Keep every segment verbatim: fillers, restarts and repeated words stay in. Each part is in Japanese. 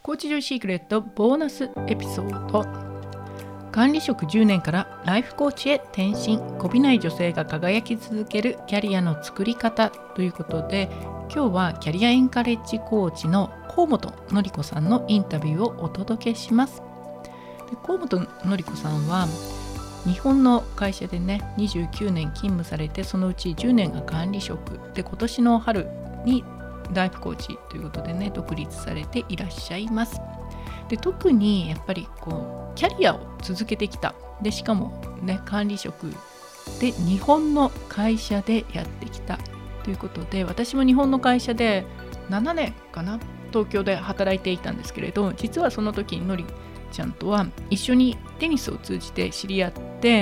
コーチジョイシークレットボーナスエピソード。管理職じゅうねんからライフコーチへ転身、こびない女性が輝き続けるキャリアの作り方ということで、今日はキャリアエンカレッジコーチの河本典子さんのインタビューをお届けします。で河本典子さんは日本の会社でねにじゅうきゅうねん勤務されて、そのうちじゅうねんが管理職で、今年の春にライフコーチということでね独立されていらっしゃいます。で特にやっぱりこうキャリアを続けてきた、でしかもね管理職で日本の会社でやってきたということで、私も日本の会社でななねんかな東京で働いていたんですけれど、実はその時にのりちゃんとは一緒にテニスを通じて知り合って、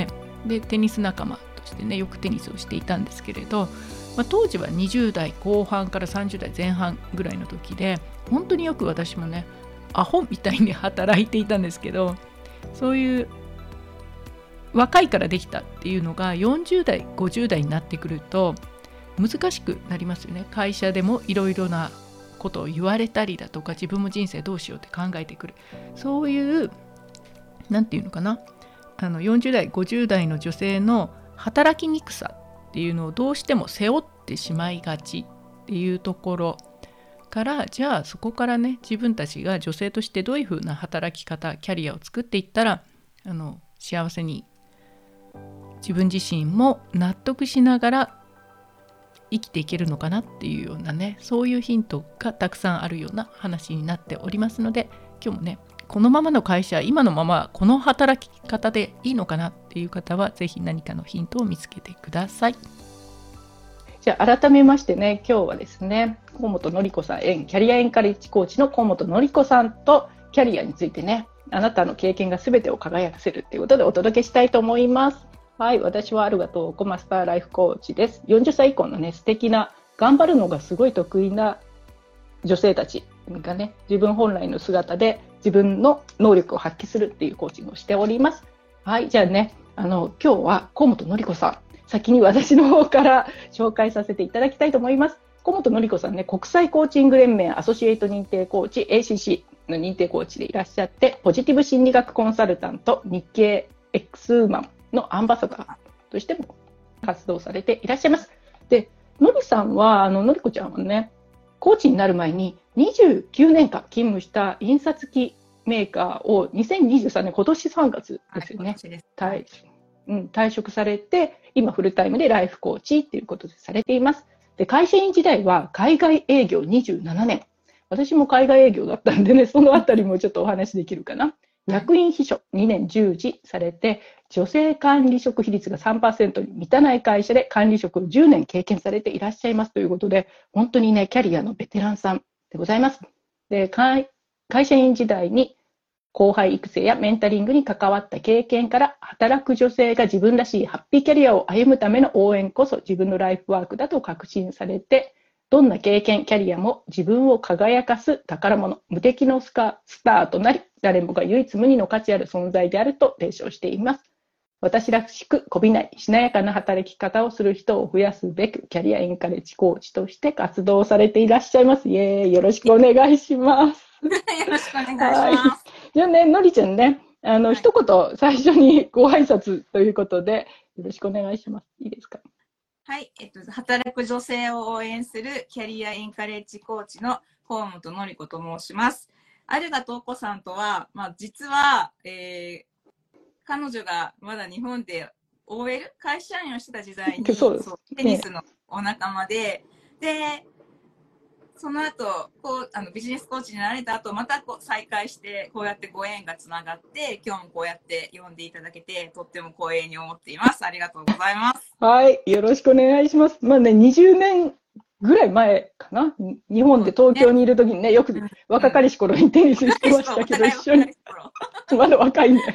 でテニス仲間としてねよくテニスをしていたんですけれど、まあ、当時はにじゅう代後半からさんじゅう代前半ぐらいの時で、本当によく私もねアホみたいに働いていたんですけど、そういう若いからできたっていうのがよんじゅう代ごじゅう代になってくると難しくなりますよね。会社でもいろいろなことを言われたりだとか、自分も人生どうしようって考えてくる、そういうなんていうのかな、あのよんじゅう代ごじゅう代の女性の働きにくさっていうのをどうしても背負ってしまいがちっていうところから、じゃあそこからね自分たちが女性としてどういうふうな働き方キャリアを作っていったらあの幸せに自分自身も納得しながら生きていけるのかなっていうようなね、そういうヒントがたくさんあるような話になっておりますので、今日もねこのままの会社、今のままこの働き方でいいのかなっていう方はぜひ何かのヒントを見つけてください。 じゃあ改めましてね、今日はですね河本典子さん、キャリアエンカレッジコーチの河本典子さんとキャリアについてね、あなたの経験が全てを輝かせるということでお届けしたいと思います。はい、私はアルガトーコマスターライフコーチです。よんじゅっさい以降のね素敵な頑張るのがすごい得意な女性たちがね、自分本来の姿で自分の能力を発揮するっていうコーチングをしております。はい、じゃあね、あの今日は河本典子さん、先に私の方から紹介させていただきたいと思います。河本典子さんね、国際コーチング連盟アソシエイト認定コーチ エーシーシー の認定コーチでいらっしゃって、ポジティブ心理学コンサルタント、日経 X ウーマンのアンバサダーとしても活動されていらっしゃいます。で、のりさんは、あののりこちゃんはね、コーチになる前ににじゅうきゅうねんかん勤務した印刷機メーカーをにせんにじゅうさんねん今年さんがつですよね、はい、退うん、退職されて、今フルタイムでライフコーチっていうことでされています。で、会社員時代は海外営業にじゅうななねん、私も海外営業だったんでね、そのあたりもちょっとお話できるかな。役員秘書にねん従事されて、女性管理職比率が さんパーセント に満たない会社で管理職をじゅうねん経験されていらっしゃいますということで、本当にねキャリアのベテランさんでございます。で、会社員時代に後輩育成やメンタリングに関わった経験から、働く女性が自分らしいハッピーキャリアを歩むための応援こそ自分のライフワークだと確信されて、どんな経験キャリアも自分を輝かす宝物、無敵のスカスターとなり、誰もが唯一無二の価値ある存在であると提唱しています。私らしくこびないしなやかな働き方をする人を増やすべく、キャリアエンカレッジコーチとして活動されていらっしゃいます。イエーイ、よろしくお願いします。 よろしくお願いします。 じゃあね、のりちゃんね、あの、はい、一言最初にご挨拶ということでよろしくお願いします。いいですか？ はい、えっと、働く女性を応援するキャリアエンカレッジコーチの河本典子と申します。アルガトーコさんとは、まあ、実は、えー、彼女がまだ日本で オーエル 会社員をしてた時代にそうテニスのお仲間で、ね、でその後こうあのビジネスコーチになられた後、またこう再会してこうやってご縁がつながって、今日もこうやって呼んでいただけてとっても光栄に思っています。ありがとうございます。 はい、よろしくお願いします。まあね、にじゅうねんぐらい前かな、日本で東京にいる時にね、よく若かりし頃にテニスしてましたけど、一緒にまだ若いね。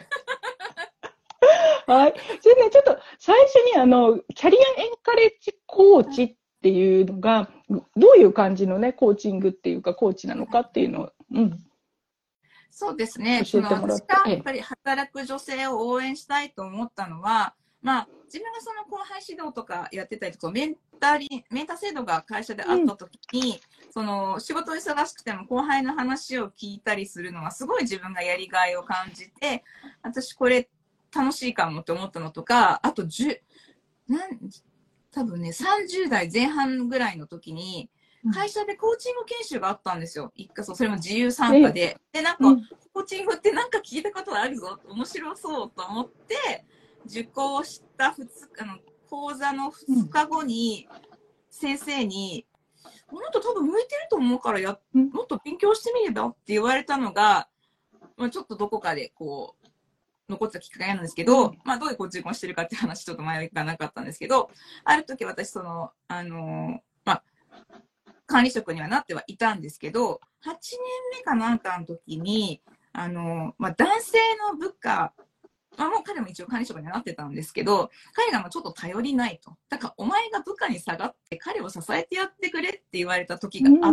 はい、じゃあね、ちょっと最初にあのキャリアエンカレッジコーチっていうのがどういう感じのねコーチングっていうかコーチなのかっていうのを、うん、 そうですね。教えてもらって、私がやっぱり働く女性を応援したいと思ったのは、 まあ、自分がその後輩指導とかやってたりとか、メンタリ、メンタ制度が会社であった時に、うん、その仕事忙しくても後輩の話を聞いたりするのはすごい自分がやりがいを感じて、私これ楽しいかもって思ったのとか、あとじゅう、なん、多分ね、さんじゅう代前半ぐらいの時に、会社でコーチング研修があったんですよ。一回そう、それも自由参加で。で、なんか、うん、コーチングってなんか聞いたことあるぞ、面白そうと思って、受講したふつかの講座のふつかごに先生に、うん、この人多分向いてると思うからや、もっと勉強してみればって言われたのが、まあ、ちょっとどこかでこう、残ったきっかけなんですけど、うん、まあどういうコーチングをしてるかって話ちょっと前がなかったんですけど、ある時私その、あのー、まあ、管理職にはなってはいたんですけど、はちねんめかなんかの時に、あのー、まあ男性の部下、まあもう彼も一応管理職にはなってたんですけど、彼がもうちょっと頼りないと。だからお前が部下に下がって彼を支えてやってくれって言われた時があって、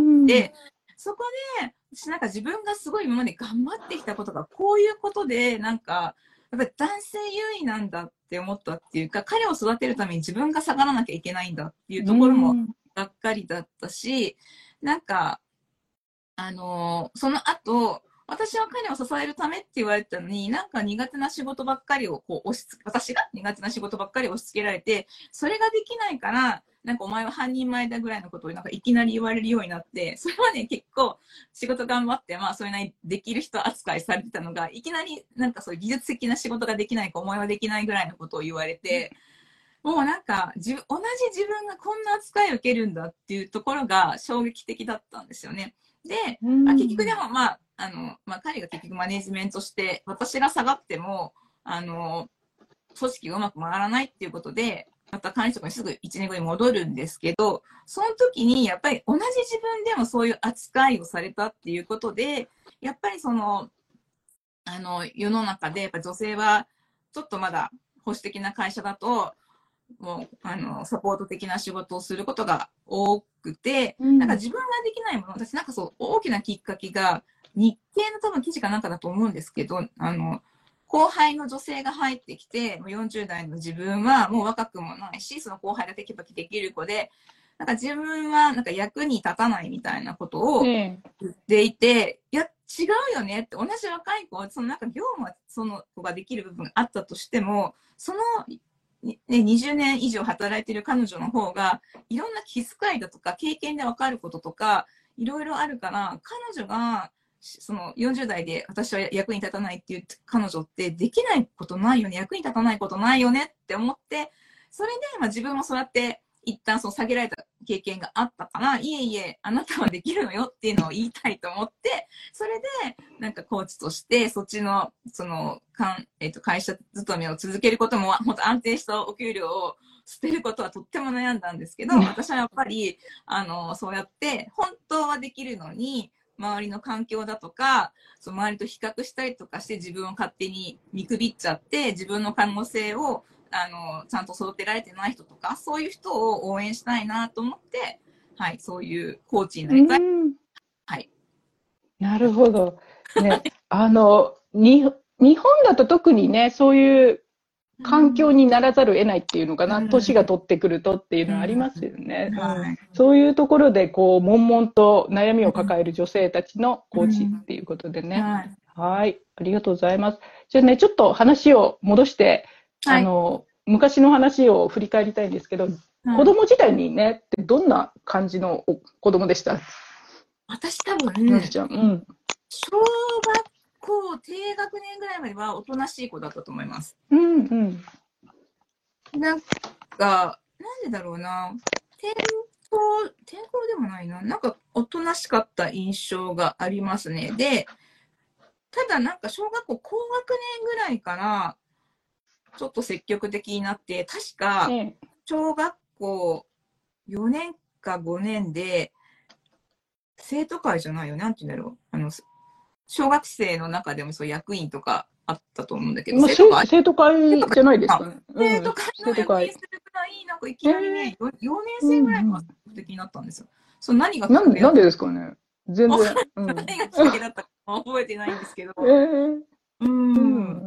そこで、私なんか自分がすごい今まで頑張ってきたことがこういうことで、なんか、やっぱり男性優位なんだって思ったっていうか、彼を育てるために自分が下がらなきゃいけないんだっていうところもがっかりだったし、なんか、あのー、その後、私は彼を支えるためって言われたのに、なんか苦手な仕事ばっかりをこう押し付け、私が苦手な仕事ばっかり押し付けられて、それができないから、なんかお前は半人前だぐらいのことをなんかいきなり言われるようになって、それはね、結構仕事頑張って、まあそれなりにできる人扱いされてたのが、いきなりなんかそういう技術的な仕事ができないか、お前はできないぐらいのことを言われて、もうなんか自分、同じ自分がこんな扱いを受けるんだっていうところが衝撃的だったんですよね。で、まあ、結局でもまあ、あの、まあ、彼が結局マネジメントして、私が下がっても、あの、組織がうまく回らないっていうことで、また管理職にすぐいちねんごに戻るんですけど、その時にやっぱり同じ自分でもそういう扱いをされたっていうことで、やっぱりその、あの、世の中でやっぱ女性はちょっとまだ保守的な会社だと、もう、あの、サポート的な仕事をすることが多くて、うん、なんか自分ができないもの、私なんかそう、大きなきっかけが、日経の多分記事かなんかだと思うんですけど、あの、後輩の女性が入ってきて、よんじゅう代の自分はもう若くもないし、その後輩がテキパキできる子で、なんか自分はなんか役に立たないみたいなことを言っていて、うん、いや、違うよねって、同じ若い子、そのなんか業務はその子ができる部分があったとしても、その、ね、にじゅうねん以上働いている彼女の方が、いろんな気遣いだとか、経験でわかることとか、いろいろあるから、彼女が、そのよんじゅう代で私は役に立たないっていう彼女ってできないことないよね、役に立たないことないよねって思って、それでまあ自分もそうやって一旦そう下げられた経験があったから、いえいえ、あなたはできるのよっていうのを言いたいと思って、それでなんかコーチとしてそっちのそのかん、えー、と会社勤めを続けることも本当安定したお給料を捨てることはとっても悩んだんですけど、私はやっぱりあのそうやって本当はできるのに、周りの環境だとか、その周りと比較したりとかして自分を勝手に見くびっちゃって、自分の可能性をあのちゃんと育てられてない人とか、そういう人を応援したいなと思って、はい、そういうコーチになりたい。はい。 なるほど。ね、あのに日本だと特にね、そういう環境にならざるを得ないっていうのかな、年、うん、が取ってくるとっていうのはありますよね。うんはい、そういうところでこう悶々と悩みを抱える女性たちのコーチっていうことでね。うんはい、はい、ありがとうございます。じゃあね、ちょっと話を戻して、はい、あの昔の話を振り返りたいんですけど、はい、子供時代にね、どんな感じの子供でした？ 私多分、のりちゃん、うん、 小学校低学年ぐらいまではおとなしい子だったと思います。 うんうん。 なんか、なんでだろうな。転校、転校でもないな。なんか、おとなしかった印象がありますね。で、ただなんか、小学校高学年ぐらいから、ちょっと積極的になって、確か、小学校よねんかごねんで、生徒会じゃないよね。なんて言うんだろう。あの、小学生の中でもそう役員とかあったと思うんだけど、 まあ、生徒会生徒会じゃないですかね。 生徒会の役員するくらい、なんかいきなりね、えー、よねん生ぐらいから積極的になったんですよ。それ何がきっかけだった？ なんでですかね。全然。 うん、何がきっかけだったか覚えてないんですけど。 えー、 うん、 うん。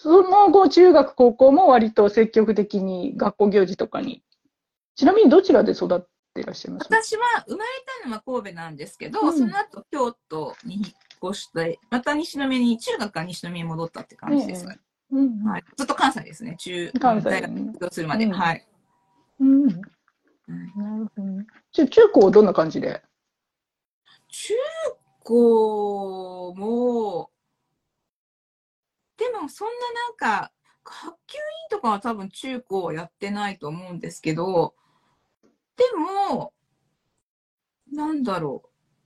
その後、中学、高校も割と積極的に学校行事とかに。ちなみにどちらで育っていらっしゃいますか？ 私は生まれたのは神戸なんですけど、 うんその後京都に引っ越して、また西宮に、中学から西宮に戻ったって感じですね。 うんうんはい、ずっと関西ですね。中、 関西大学卒業するまで。 うんはい。 うん。なるほどね。じゃあ中高どんな感じで？ 中高も、でもそんななんか、学級委員とかは多分中高はやってないと思うんですけど、でも、なんだろう。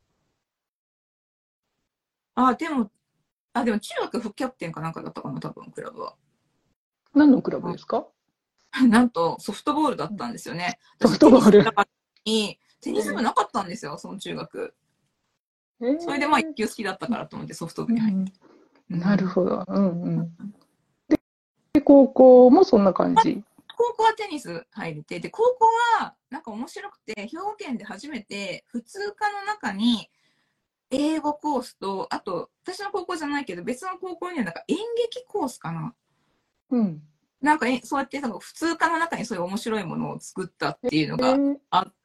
あ、でも、あ、でも中学副キャプテンかなんかだったかな、多分クラブは。 何のクラブですか？ なんとソフトボールだったんですよね。 ソフトボール私テニス部なかったのにテニス部なかったんですよ、その中学。 えーそれでまあ野球好きだったからと思ってソフト部に入って。 うんなるほど。うんうん。で、高校もそんな感じ。 高校はテニス入れて、で、高校はなんか面白くて、兵庫県で初めて普通科の中に英語コースと、あと、私の高校じゃないけど、別の高校にはなんか演劇コースかな。 うん。 なんかえそうやってなんか普通科の中にそういう面白いものを作ったっていうのがあって、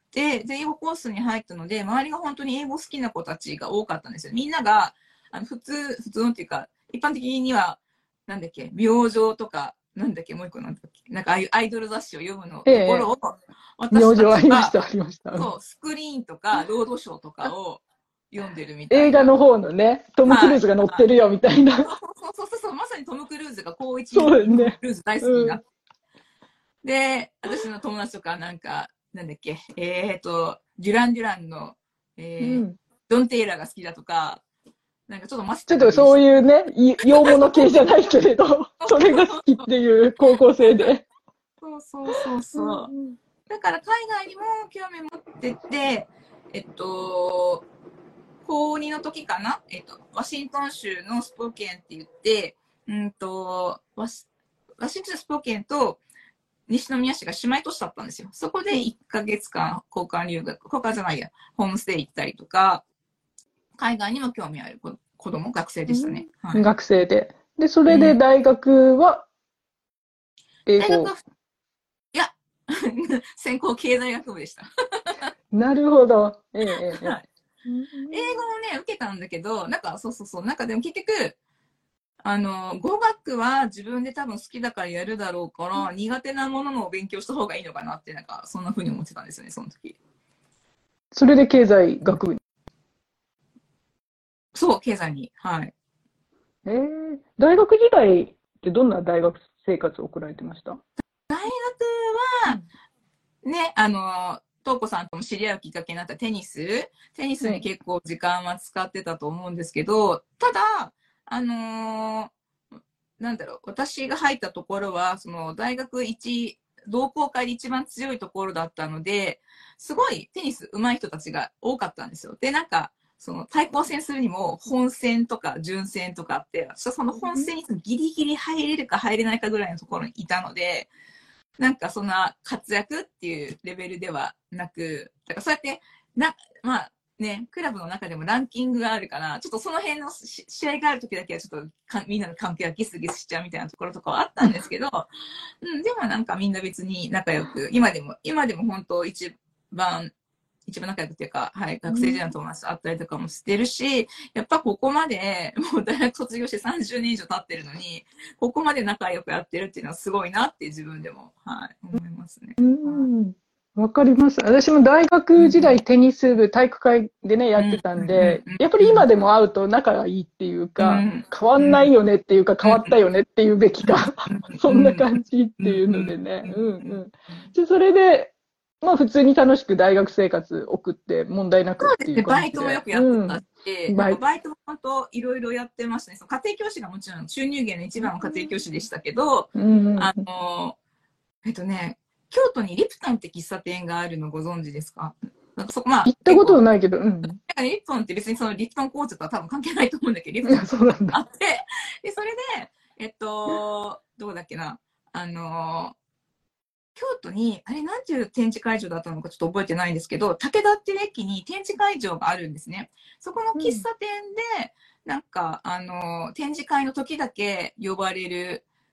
で、英語コースに入ったので、周りが本当に英語好きな子たちが多かったんですよ。みんなが、あの普通、普通のっていうか、一般的には、なんだっけ、明星とか、なんだっけ、もう一個なんだっけ、なんかああいうアイドル雑誌を読むのところを、 明星あ私たちが、 りました、ありました。 そう、スクリーンとか、ロードショーとかを読んでるみたいな。 映画の方のね、トム・クルーズが乗ってるよみたいな。 そうそうそうそう、まさにトム・クルーズが高一そうだよねトム・クルーズ大好きになって。で、私の友達とか、なんか、なんだっけ、えっ、ー、と、デュラン・デュランの、えーうんドン・テイラーが好きだとか、なんかちょっとマスちょっとそうう。 いうね、い洋物系じゃないけれど、それが好きっていう高校生で。 そうそうそうそう。だから海外にも興味持ってて、えっと、高にの時かな、えっと、ワシントン州のスポーケンって言って、うんと、ワシワシントンスポーケンと西宮市が姉妹都市だったんですよ。そこでいっかげつかん交換留学、交換じゃないや、ホームステイ行ったりとか、海外にも興味ある子子供、学生でしたね。 うんはい、 学生で。で、それで大学は英語。 大学は、いや、専攻経済学部でした。 なるほど。ええええ。 はい英語をね、受けたんだけど、なんか、そうそうそう、なんかでも結局、あの、語学は自分で多分好きだからやるだろうから、苦手なもののを勉強した方がいいのかなって、なんか、そんな風に思ってたんですよね、その時。 それで経済学部に。 そう、経済に。はい。 ええ大学時代ってどんな大学生活を送られてました？ 大学は、ね、あの、トウコさんとも知り合うきっかけになったテニス、テニスに結構時間は使ってたと思うんですけど、ただ、あのーなんだろう、私が入ったところは、その大学一、同好会で一番強いところだったので、すごいテニス上手い人たちが多かったんですよ。で、なんか、その対抗戦するにも本戦とか準戦とかあって、私はその本戦にギリギリ入れるか入れないかぐらいのところにいたので、なんかそんな活躍っていうレベルではなく、だからそうやってな、まあね、クラブの中でもランキングがあるから、ちょっとその辺の試合がある時だけはちょっとかみんなの関係がギスギスしちゃうみたいなところとかはあったんですけど、うん、でもなんかみんな別に仲良く、今でも、今でも本当一番、一番仲良くっていうか、はい、学生時代の友達と会ったりとかもしてるし、やっぱここまで、もう大学卒業してさんじゅうねん以上経ってるのに、ここまで仲良くやってるっていうのはすごいなって自分でも、はい、思いますね。 うんわかります。私も大学時代テニス部、体育会でね、やってたんで、やっぱり今でも会うと仲がいいっていうか、変わんないよねっていうか、変わったよねっていうべきか、そんな感じっていうのでね。うんうん。でそれで、まあ普通に楽しく大学生活送って問題なくっていう感じで。 バイトもよくやってたし、 うん、 バイバイトも本当いろいろやってましたね。その家庭教師がもちろん収入源の一番の家庭教師でしたけど、 うんうん、 あの、えっとね、京都にリプトンって喫茶店があるのご存知ですか？なんかそこまあ行ったことはないけど、うん。 なんかリプトンって別にそのリプトン紅茶とは多分関係ないと思うんだけど、リプトンそうなんだあって、で、それで、えっと、どこだっけな、あの、京都に、あれなんていう展示会場だったのかちょっと覚えてないんですけど、武田っていう駅に展示会場があるんですね。そこの喫茶店で、うん、なんか、あの、展示会の時だけ呼ばれる、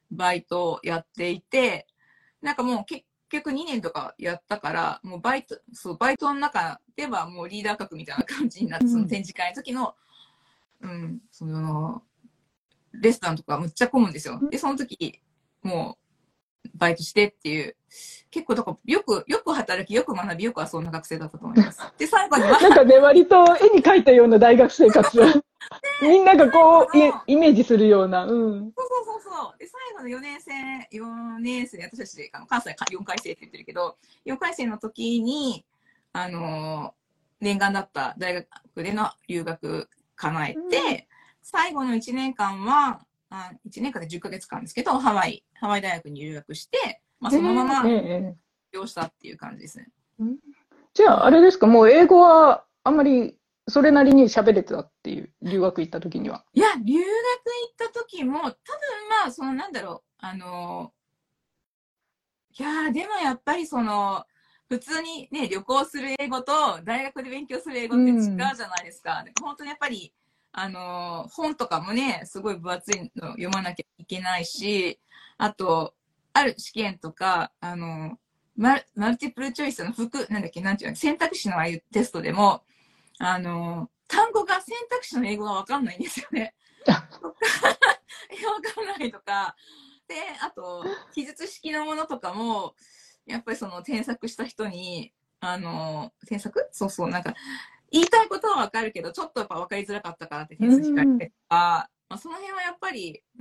バイトをやっていて、なんかもう結局にねんとかやったから、もうバイト、そう、バイトの中ではもうリーダー格みたいな感じになって、その展示会の時の、うん、その、レストランとかむっちゃ混むんですよ。で、その時、もう、バイトしてっていう、結構、だからよく、よく働き、よく学び、よく遊んだ学生だったと思います。で、最後には。 なんかね、割と絵に描いたような大学生活。みんながこう、イメージするような。うん。 そうそうそうそう。で、最後のよねん生、よねん生、私たち、あの関西よんかい生って言ってるけど、よんかい生の時に、あのー、念願だった大学での留学叶えて、うん、最後のいちねんかんは、あいちねんかんでじゅっかげつかんですけど、ハワイ、ハワイ大学に留学して、まあ、そのまま、卒業したっていう感じですね。 えーえー、じゃあ、あれですか、もう英語はあんまりそれなりに喋れてたっていう、留学行った時には。 いや、留学行った時も、多分まあ、そのなんだろう、あの、いやでもやっぱりその、普通にね、旅行する英語と大学で勉強する英語って違うじゃないですか。うん、本当にやっぱり、あの、本とかもね、すごい分厚いの読まなきゃいけないし、あと、ある試験とか、あの、マル、マルティプルチョイスの複、なんだっけ、なんていうの、選択肢のああいうテストでも、あの、単語が選択肢の英語がわかんないんですよね。わかんないとか。で、あと、記述式のものとかも、やっぱりその添削した人に、あの、添削そうそう、なんか、言いたいことはわかるけど、ちょっとやっぱ分かりづらかったからって点数引かれてとか、まあ、その辺はやっぱり、うん、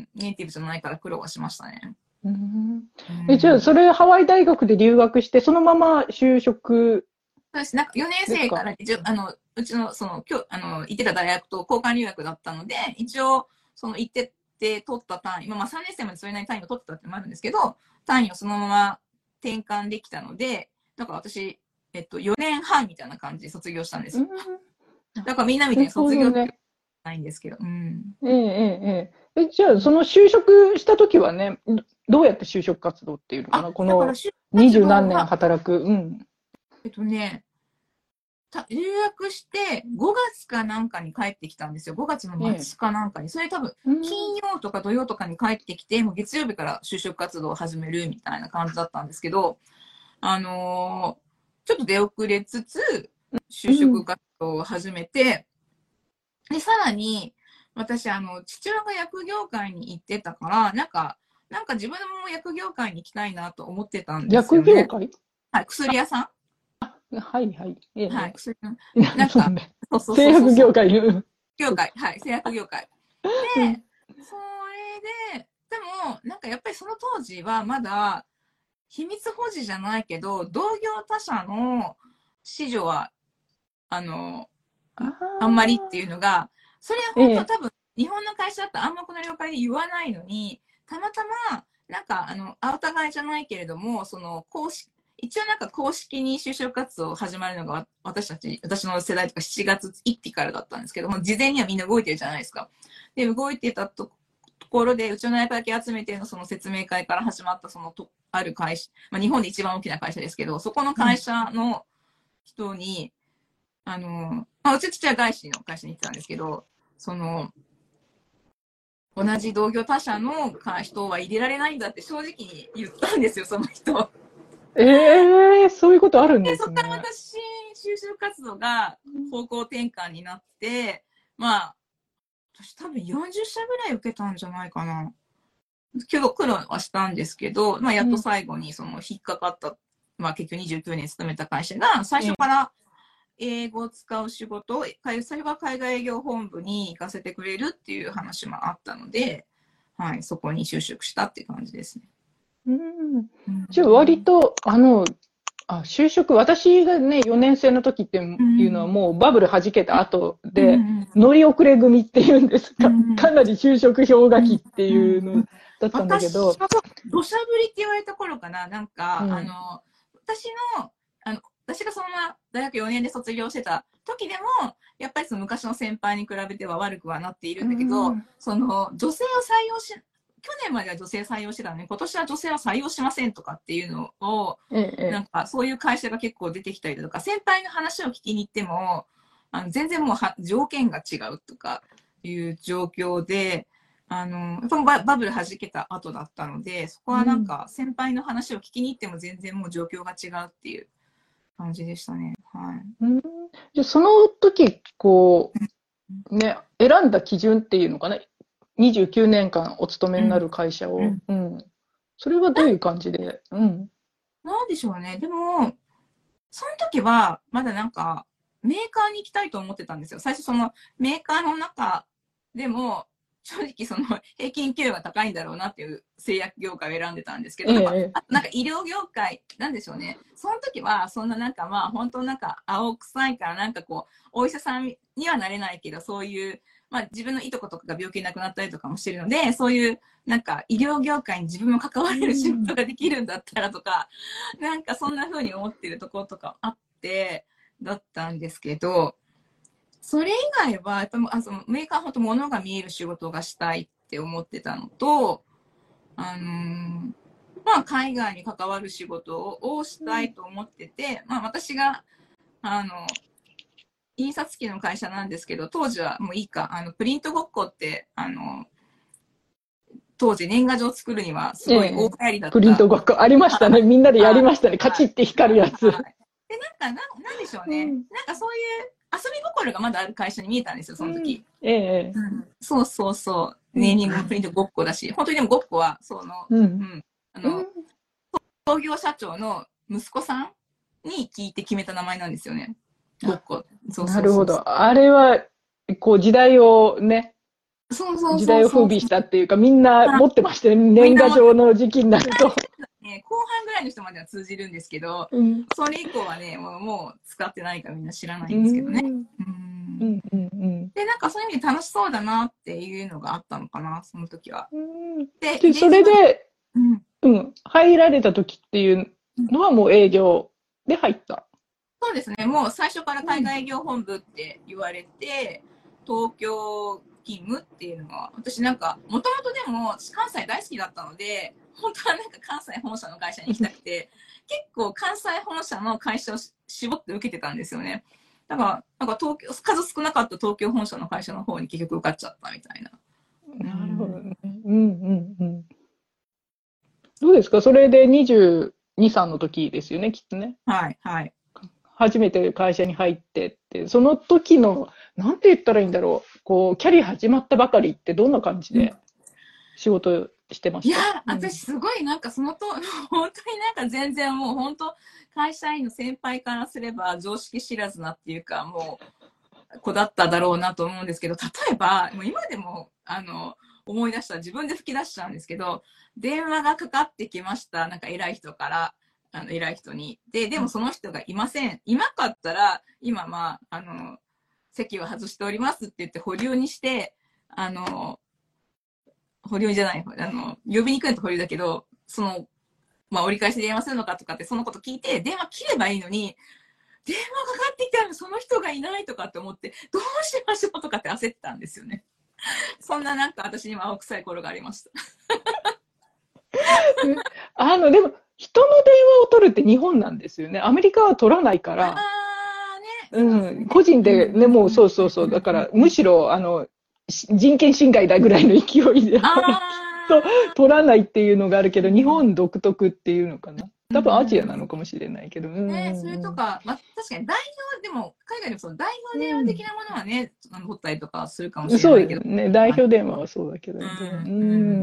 ネイティブじゃないから苦労はしましたね。 うんえじゃあ、それハワイ大学で留学して、そのまま就職そうです。なんかよねん生からあのうちのその今日あの行ってた大学と交換留学だったので、一応その行ってて取った単位、まあ、まあさんねん生までそれなりに単位を取ってたってのもあるんですけど、単位をそのまま転換できたので、だから私、えっと、よねんはんみたいな感じで卒業したんですよ。だからみんなみたいに卒業ってないんですけど。うん、 えええええ。じゃあ、その就職したときはね、どうやって就職活動っていうのかな、この二十何年働く。うん。 えっとね、留学してごがつかなんかに帰ってきたんですよ。ごがつの末かなんかに。それ多分、金曜とか土曜とかに帰ってきて、もう月曜日から就職活動を始めるみたいな感じだったんですけど、あのー、ちょっと出遅れつつ、就職活動を始めて、で、さらに、私、あの、父親が薬業界に行ってたから、なんか、なんか自分も薬業界に行きたいなと思ってたんですよね。 薬業界？ はい、薬屋さんはいはい。ええ、 はい。薬のなんか、 そうそうそうそう製薬業界。 業界、はい、製薬業界。で、それで、でも、なんかやっぱりその当時はまだ、秘密保持じゃないけど、同業他社の市場は、あの、あんまりっていうのが、それは本当多分、日本の会社だと暗黙の了解で言わないのに、たまたま、なんか、あの、お互いじゃないけれども、その、公式、一応なんか公式に就職活動始まるのが私たち、私の世代とかしちがつついたちからだったんですけども、事前にはみんな動いてるじゃないですか。で、動いてたところで、うちの大学だけ集めてのその説明会から始まったそのと、ある会社、まあ日本で一番大きな会社ですけど、そこの会社の人に、うん、あの、まあ、うち父は外資の会社に行ってたんですけど、その、同じ同業他社の人は入れられないんだって正直に言ったんですよ、その人。 ええー、そういうことあるんですね。 で、そこから私、就職活動が方向転換になって、まあ、私多分よんじゅっしゃぐらい受けたんじゃないかな。今日苦労はしたんですけど、まあ、やっと最後にその引っかかった、うん、まあ結局にじゅうきゅうねん勤めた会社が、最初から英語を使う仕事を、それが海外営業本部に行かせてくれるっていう話もあったので、はい、そこに就職したっていう感じですね。 うん、じゃあ割と、あの、あ、就職、私がね、よねん生の時っていうのはもうバブル弾けた後で、うん、乗り遅れ組っていうんですか、うん、かなり就職氷河期っていうのだったんだけど。 私は土砂降りって言われた頃かな、なんか、うん、あの、私の、あの、私がそのまま大学よねんで卒業してた時でも、やっぱりその昔の先輩に比べては悪くはなっているんだけど、うん、その女性を採用し、去年までは女性採用してたのに、今年は女性は採用しませんとかっていうのを、ええ、なんかそういう会社が結構出てきたりとか、先輩の話を聞きに行っても、あの全然もうは条件が違うとかいう状況で、 あの、やっぱババブル弾けた後だったので、そこはなんか先輩の話を聞きに行っても全然もう状況が違うっていう感じでしたね。はい。 うん、じゃあその時、こう、ね、選んだ基準っていうのかな、にじゅうきゅうねんかんお勤めになる会社を。 うんうん。それはどういう感じで？うん。 なんでしょうね。でも、その時はまだなんかメーカーに行きたいと思ってたんですよ。最初そのメーカーの中でも、正直その平均給与が高いんだろうなっていう製薬業界を選んでたんですけど、 ええなんか、 ええ。 あなんか医療業界なんでしょうね。その時はそんななんかまあ本当なんか青臭いからなんかこう、お医者さんにはなれないけど、そういう、まあ自分のいとことかが病気になくなったりとかもしてるので、そういうなんか医療業界に自分も関われる仕事ができるんだったらとか、なんかそんな風に思ってるところとかあって、だったんですけど、それ以外は、やっぱあそのメーカーは本当物が見える仕事がしたいって思ってたのと、あのーまあ海外に関わる仕事を、をしたいと思ってて、まあ私が、あの、印刷機の会社なんですけど、当時はもういいか、あの、プリントごっこって、あの、当時年賀状を作るにはすごい大流行りだった。 プリントごっこありましたね。みんなでやりましたね。カチッて光るやつ。 はい、で、なんか、な、なんでしょうね。うん、なんかそういう遊び心がまだある会社に見えたんですよ、その時。 うん、ええ、 うん。そうそうそう。ネーミングもプリントごっこだし、本当にでもごっこは、その、 うん。 うん、あの、うん、創業社長の息子さんに聞いて決めた名前なんですよね。ごっこ。 そうそうそうそう。なるほど。あれは、こう時代をね、 そうそうそうそう、 時代を風靡したっていうか、みんな持ってましたね。年賀状の時期になると。 ね、後半ぐらいの人までは通じるんですけど、うん、それ以降はね、もう、もう使ってないからみんな知らないんですけどね。うんうんうんうん、で、なんかそういう意味で楽しそうだなっていうのがあったのかな、その時は。うん、 で、でそれで、うん、うん、入られた時っていうのはもう営業で入った。 そうですね、もう最初から海外営業本部って言われて、東京勤務っていうのは、私なんか、もともとでも関西大好きだったので、本当はなんか関西本社の会社に行きたくて、結構関西本社の会社を絞って受けてたんですよね。だから、なんか東京、数少なかった東京本社の会社の方に結局受かっちゃったみたいな。 なるほどね。うんうんうん。どうですか？それでにじゅうに、さんの時ですよね、きっとね。 はいはい。 初めて会社に入ってって、その時の、なんて言ったらいいんだろう、こう、キャリア始まったばかりってどんな感じで仕事してました？ いや、うん、私すごいなんかそのと、本当になんか全然もう本当、会社員の先輩からすれば常識知らずなっていうか、もう、子だっただろうなと思うんですけど、例えば、もう今でも、あの、思い出したら自分で吹き出しちゃうんですけど、電話がかかってきました、なんか偉い人から。あの偉い人に。で、でもその人がいません。いなかったら、今、まあ、あの、席を外しておりますって言って保留にして、あの、保留じゃない、あの、呼びに来ると保留だけど、その、まあ、折り返しで電話するのかとかって、そのこと聞いて、電話切ればいいのに、電話かかってきたらその人がいないとかって思って、どうしましょうとかって焦ってたんですよね。そんななんか私にも青臭い頃がありました。 あの、でも、人の電話を取るって日本なんですよね。アメリカは取らないから。 あーね、うん、個人でね、もうそうそうそう。だから、むしろ、あの、人権侵害だぐらいの勢いで、と取らないっていうのがあるけど、日本独特っていうのかな。多分アジアなのかもしれないけど。 ね、それとか、まあ、確かに代表でも、海外でもその代表電話的なものはね、うん、取ったりとかするかもしれないけど。 そうね、代表電話はそうだけど。うん。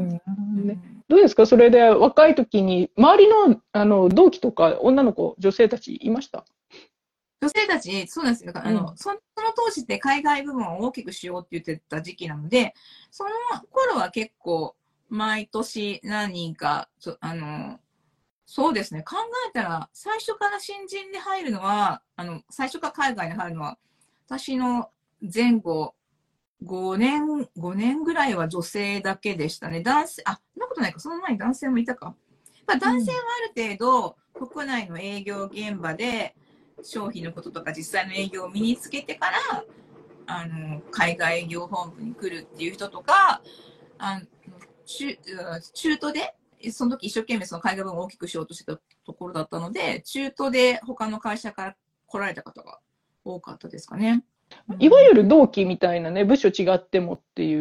ね、どうですか？それで若い時に、周りの、あの、同期とか女の子、女性たちいました？ 女性たち、そうなんですよ。だから、うん、あの、その当時って海外部門を大きくしようって言ってた時期なので、その頃は結構、毎年何人か、あの、そうですね。考えたら、最初から新人で入るのは、あの、最初から海外に入るのは、私の前後ごねん、ごねんぐらいは女性だけでしたね。男性、あ、そんなことないか。その前に男性もいたか。まあ、男性はある程度、国内の営業現場で、商品のこととか実際の営業を身につけてから、あの、海外営業本部に来るっていう人とか、あの中、中途で、その時一生懸命その海外分を大きくしようとしてたところだったので、中途で他の会社から来られた方が多かったですかね。 いわゆる同期みたいなね、部署違ってもっていう。 あ、そう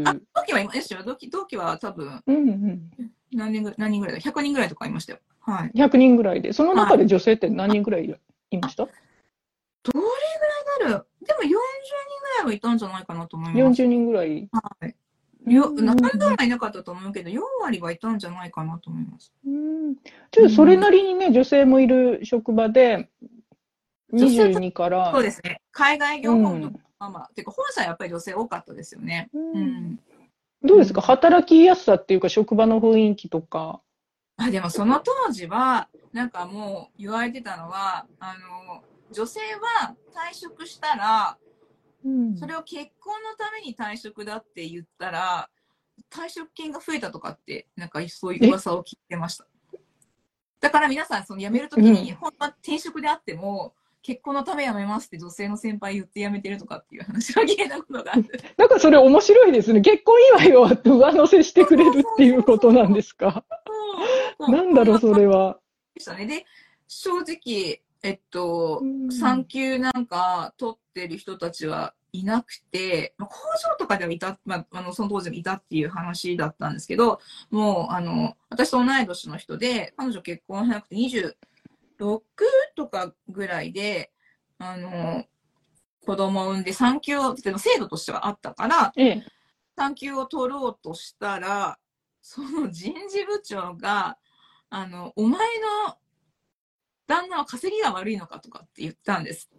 期はいましたよ。同期、同期は多分、 うんうん。 何人ぐらい、何人ぐらいだ ?ひゃく 人ぐらいとかいましたよ。はい。 ひゃくにんぐらいで、その中はい。 で女性って何人ぐらいいるいました？ どれぐらいなるでもよんじゅうにんぐらいはいたんじゃないかなと思います。 よんじゅうにんぐらい。 はい。 うんよ、 うんうん何人はいなかったと思うけど、よん割はいたんじゃないかなと思います。 うん。ちょっとそれなりにね、女性もいる職場で、 女性はにじゅうにから、 そうですね。海外業う本部、 ん。 まあまあ、てか本社はやっぱり女性多かったですよね。 ううんん。 どうですか、 うん。 働きやすさっていうか、職場の雰囲気とか。 あ、でもその当時は、なんかもう言われてたのは、あの、女性は退職したら、 うんそれを結婚のために退職だって言ったら、退職金が増えたとかって、なんかそういうえ、 噂を聞いてました。だから皆さん、その辞めるときに、 うん。 本当は転職であっても、結婚のため辞めますって女性の先輩言って辞めてるとかっていう話が聞いたことがある。 なんかそれ面白いですね。結婚祝いを上乗せしてくれるっていうことなんですか。 そう、なんか、 なんだろう、それは。 でしたね。で、正直、えっと、 うん。 産休なんか取ってる人たちはいなくて、まあ、工場とかではいた、まあ、あの、その当時もいたっていう話だったんですけど、もう、あの、私と同い年の人で、彼女結婚早くてにじゅうろくとかぐらいで、あの、子供を産んで産休を、制度としてはあったから、 ええ。 産休を取ろうとしたら、その人事部長が、あの、お前の旦那は稼ぎが悪いのかとかって言ったんですって。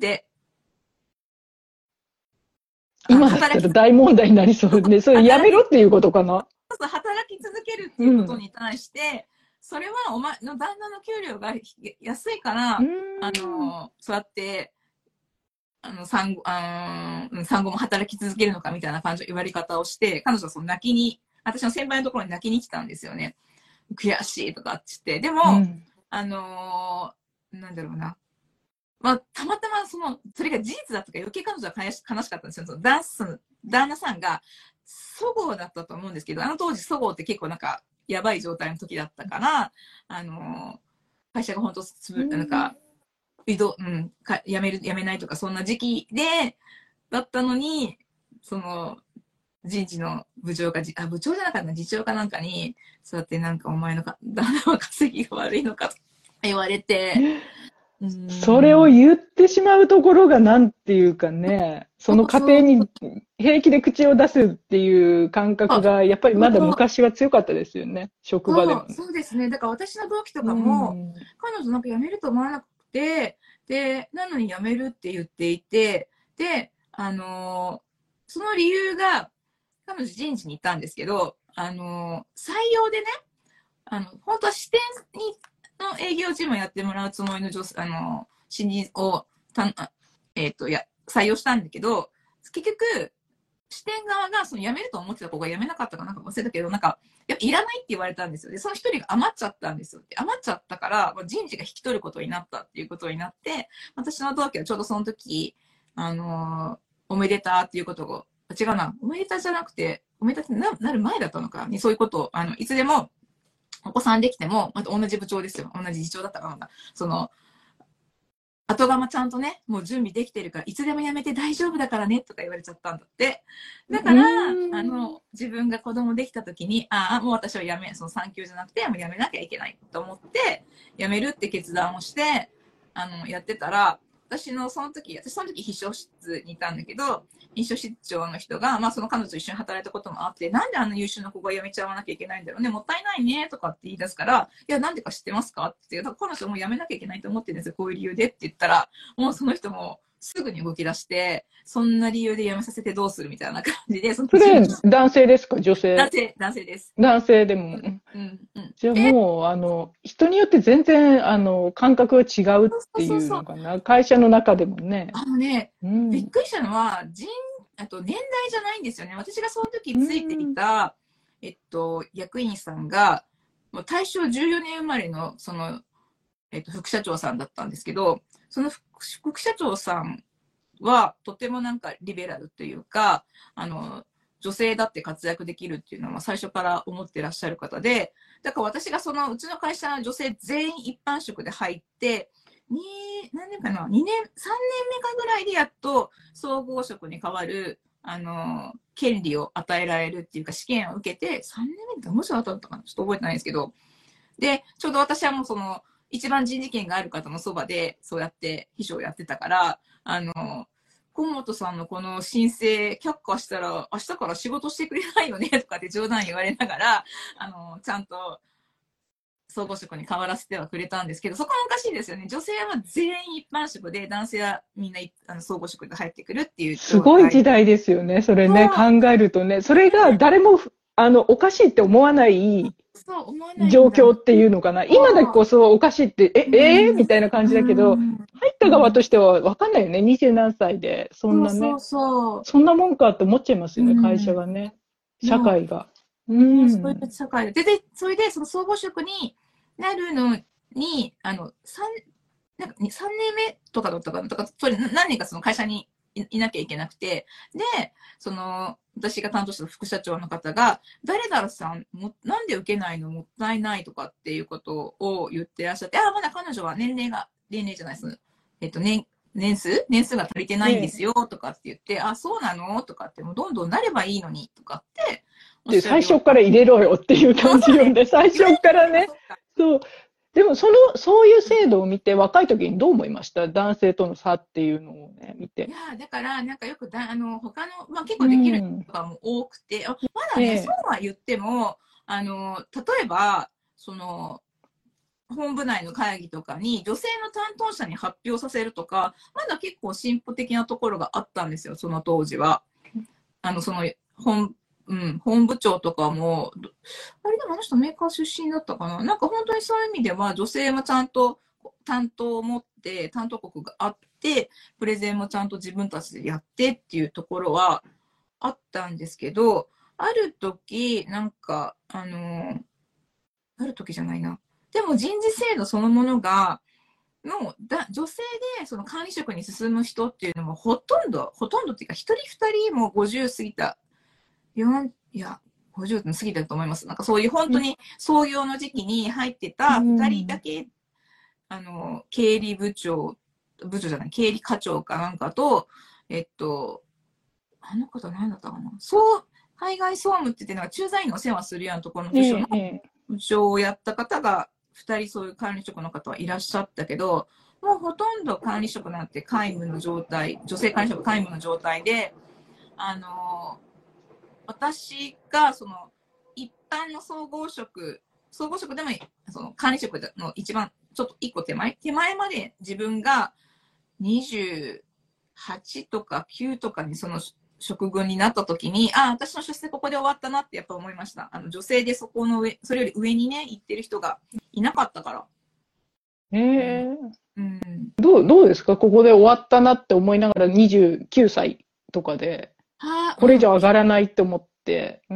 あの今だった働き、 ら大問題になりそうで、それやめ働き、 ろっていうことかな。 働き続けるっていうことうん。 に対して、それはお前の旦那の給料が安いかうら、あん。 の、そうやって、あの、産後、あの産後も働き続けるのかみたいな感じの言われ方をして、彼女はその泣きに、私の先輩のところに泣きに来たんですよね。悔しいとかって言って。でも、 うん。 あのーなんだろうな。まあ、たまたまその、それが事実だったから余計彼女は悲し悲しかったんですよ。そのダンス、旦那さんが、そごうだったと思うんですけど、あの当時そごうって結構なんか、やばい状態の時だったから、あのー会社が本当つぶ、なんか、移動、うん、か辞める、辞めないとか、そんな時期で、だったのに、その、人事の部長がじ、あ、部長じゃなかったな、次長かなんかに、そうやってなんかお前のか旦那は稼ぎが悪いのかと言われて、うーそれをん、 言ってしまうところがなんていうかね、その過程そうに平気で口を出すっていう感覚が、やっぱりまだそう昔は強かったですよね。職場でそうもね。 そうですね。だから私の同期とうかも、 ん。 彼女なんか辞めると思わなくて、で、なのに辞めるって言っていて、で、あのーその理由が、彼女人事に行ったんですけど、あのー採用でね、あの、本当は支店にの営業事務をやってもらうつもりの女性、あの、新人をたん、えっ、と、や、採用したんだけど、結局、支店側がその辞めると思ってた子が辞めなかったかなんか忘れたけど、なんか、やっぱいらないって言われたんですよ。で、その一人が余っちゃったんですよ。で、余っちゃったから、人事が引き取ることになったっていうことになって、私の同期はちょうどその時、あのーおめでたっていうことを、違うな、おめでたじゃなくて、おめでたになる前だったのかに、そういうことを、あの、いつでも、お子さんできても、また同じ部長ですよ。同じ次長だったかな。その、後釜ちゃんとね、もう準備できてるから、いつでもやめて大丈夫だからね、とか言われちゃったんだって。だかうら、 ん。 あの、自分が子供できた時に、ああ、もう私はやめ、その産休じゃなくて、もうやめなきゃいけないと思って、やめるって決断をして、あの、やってたら、私のその時、私その時秘書室にいたんだけど、秘書室長の人が、まあその彼女と一緒に働いたこともあって、なんであの優秀な子が辞めちゃわなきゃいけないんだろうね、もったいないね、とかって言い出すから、いや、なんでか知ってますかって言って、彼女もう辞めなきゃいけないと思ってるんですよ、こういう理由でって言ったら、もうその人もすぐに動き出して、そんな理由で辞めさせてどうするみたいな感じで、そのそれ、男性ですか、女性？ 男性、男性です。 男性でも。 うんうんうん、 じゃあえ、 もう、あの、人によって全然、あの、感覚が違うっそうていうそうそう。 のかな。会社の中でもね。 あのね、 うん。 びっくりしたのは、人、あと年代じゃないんですよね。私がその時うついていん。 た、えっと、役員さんが、もう大正じゅうよねん生まれの、その、えっと、副社長さんだったんですけど、その副副社長さんは、とてもなんかリベラルというか、あの、女性だって活躍できるっていうのは最初から思ってらっしゃる方で、だから私がそのうちの会社の女性全員一般職で入って、に、何年かな、にねん、さんねんめかぐらいでやっと総合職に変わる、あの、 権利を与えられるっていうか、試験を受けて、さんねんめでもしあったのかな、ちょっと覚えてないんですけど、で、ちょうど私はもうその、一番人事権がある方のそばで、そうやって秘書をやってたから、あの、河本さんのこの申請却下したら、明日から仕事してくれないよねとかって冗談言われながら、あの、ちゃんと総合職に変わらせてはくれたんですけど、そこもおかしいですよね。女性は全員一般職で、男性はみんなあの総合職で入ってくるっていう。 すごい時代ですよね、それね、考えるとね。それが誰も、あの、おかしいって思わない状況っていうのかな。今だこそおかしいって、え、えー、みたいな感じだけど、入った側としては分かんないよね。にじゅう何歳で、そんなね。そうそうそんなもんかって思っちゃいますよね、会社がね。社会が。 うん。そういう社会で。で、それで、その総合職になるのに、あの、三、なんかさんねんめとかだったかなとか、それ何年かその会社にい、いなきゃいけなくて、で、その、私が担当した副社長の方が、誰々さんも、なんで受けないのもったいないとかっていうことを言ってらっしゃって、あ、まだ彼女は年齢が、年齢じゃないです。えっと、年、年数年数が足りてないんですよ、とかって言って、ええ、あ、そうなのとかって、もうどんどんなればいいのに、とかって、 で、最初から入れろよっていう感じよね。最初からね。そう。でも、その、そういう制度を見て、若い時にどう思いました？男性との差っていうのをね、見て。 いや、だから、なんかよくだ、あの、他の、まあ結構できる人とかも多くて、うん、まだね、ええ、そうは言っても、あの、例えば、その、本部内の会議とかに女性の担当者に発表させるとか、まだ結構進歩的なところがあったんですよ、その当時は。あの、その、本、うん、本部長とかも、あれでもあの人メーカー出身だったかな。なんか本当にそういう意味では女性もちゃんと担当を持って担当国があって、プレゼンもちゃんと自分たちでやってっていうところはあったんですけど、ある時、なんか、あの、ある時じゃないな。でも人事制度そのものが、のだ女性でその管理職に進む人っていうのもほとんど、ほとんどっていうか、一人二人もごじゅう過ぎた、よんいや、ごじゅう過ぎたと思います。なんかそういう本当に創業の時期に入ってた二人だけ、うん、あの、経理部長、部長じゃない、経理課長かなんかと、えっと、あの方何だったかな、そう、海外総務って言って、なんか駐在員のお世話するようなところの部署の部長をやった方が、二人そういう管理職の方はいらっしゃったけど、もうほとんど管理職なんて皆無の状態、女性管理職皆無の状態で、あの、私がその一般の総合職、総合職でもその管理職の一番ちょっと一個手前、手前まで自分がにじゅうはちとかきゅうとかにその職群になった時に、あ、私の出世ここで終わったなってやっぱ思いました。あの女性でそこの上、それより上にね、行ってる人がいなかったから。 へえー。うん、どう、どうですか？ここで終わったなって思いながらにじゅうきゅうさいとかで、これ以上上がらないって思って、うん、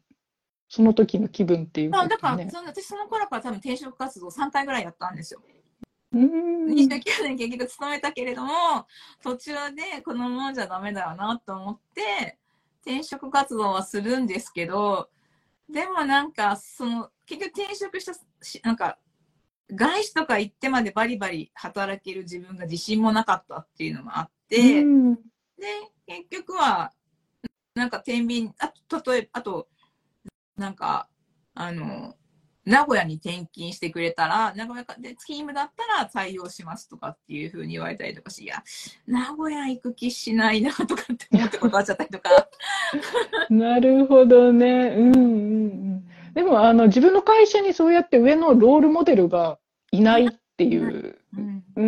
その時の気分っていうか、ね。 だからその、私その頃から多分転職活動さんかいぐらいやったんですよ。にじゅうきゅうねん結局勤めたけれども、途中でこのままじゃダメだよなと思って、転職活動はするんですけど、でもなんか、その、結局転職した、なんか、外資とか行ってまでバリバリ働ける自分が自信もなかったっていうのもあって、で、結局は、なんか天秤、あと、例えば、あと、なんか、あの、名古屋に転勤してくれたら、名古屋で勤務だったら採用しますとかっていう風に言われたりとかし、いや、名古屋行く気しないなとかって思って断っちゃったりとか。 なるほどね。うんうんうん。でも、あの、自分の会社にそうやって上のロールモデルがいないっていう。うん。うん、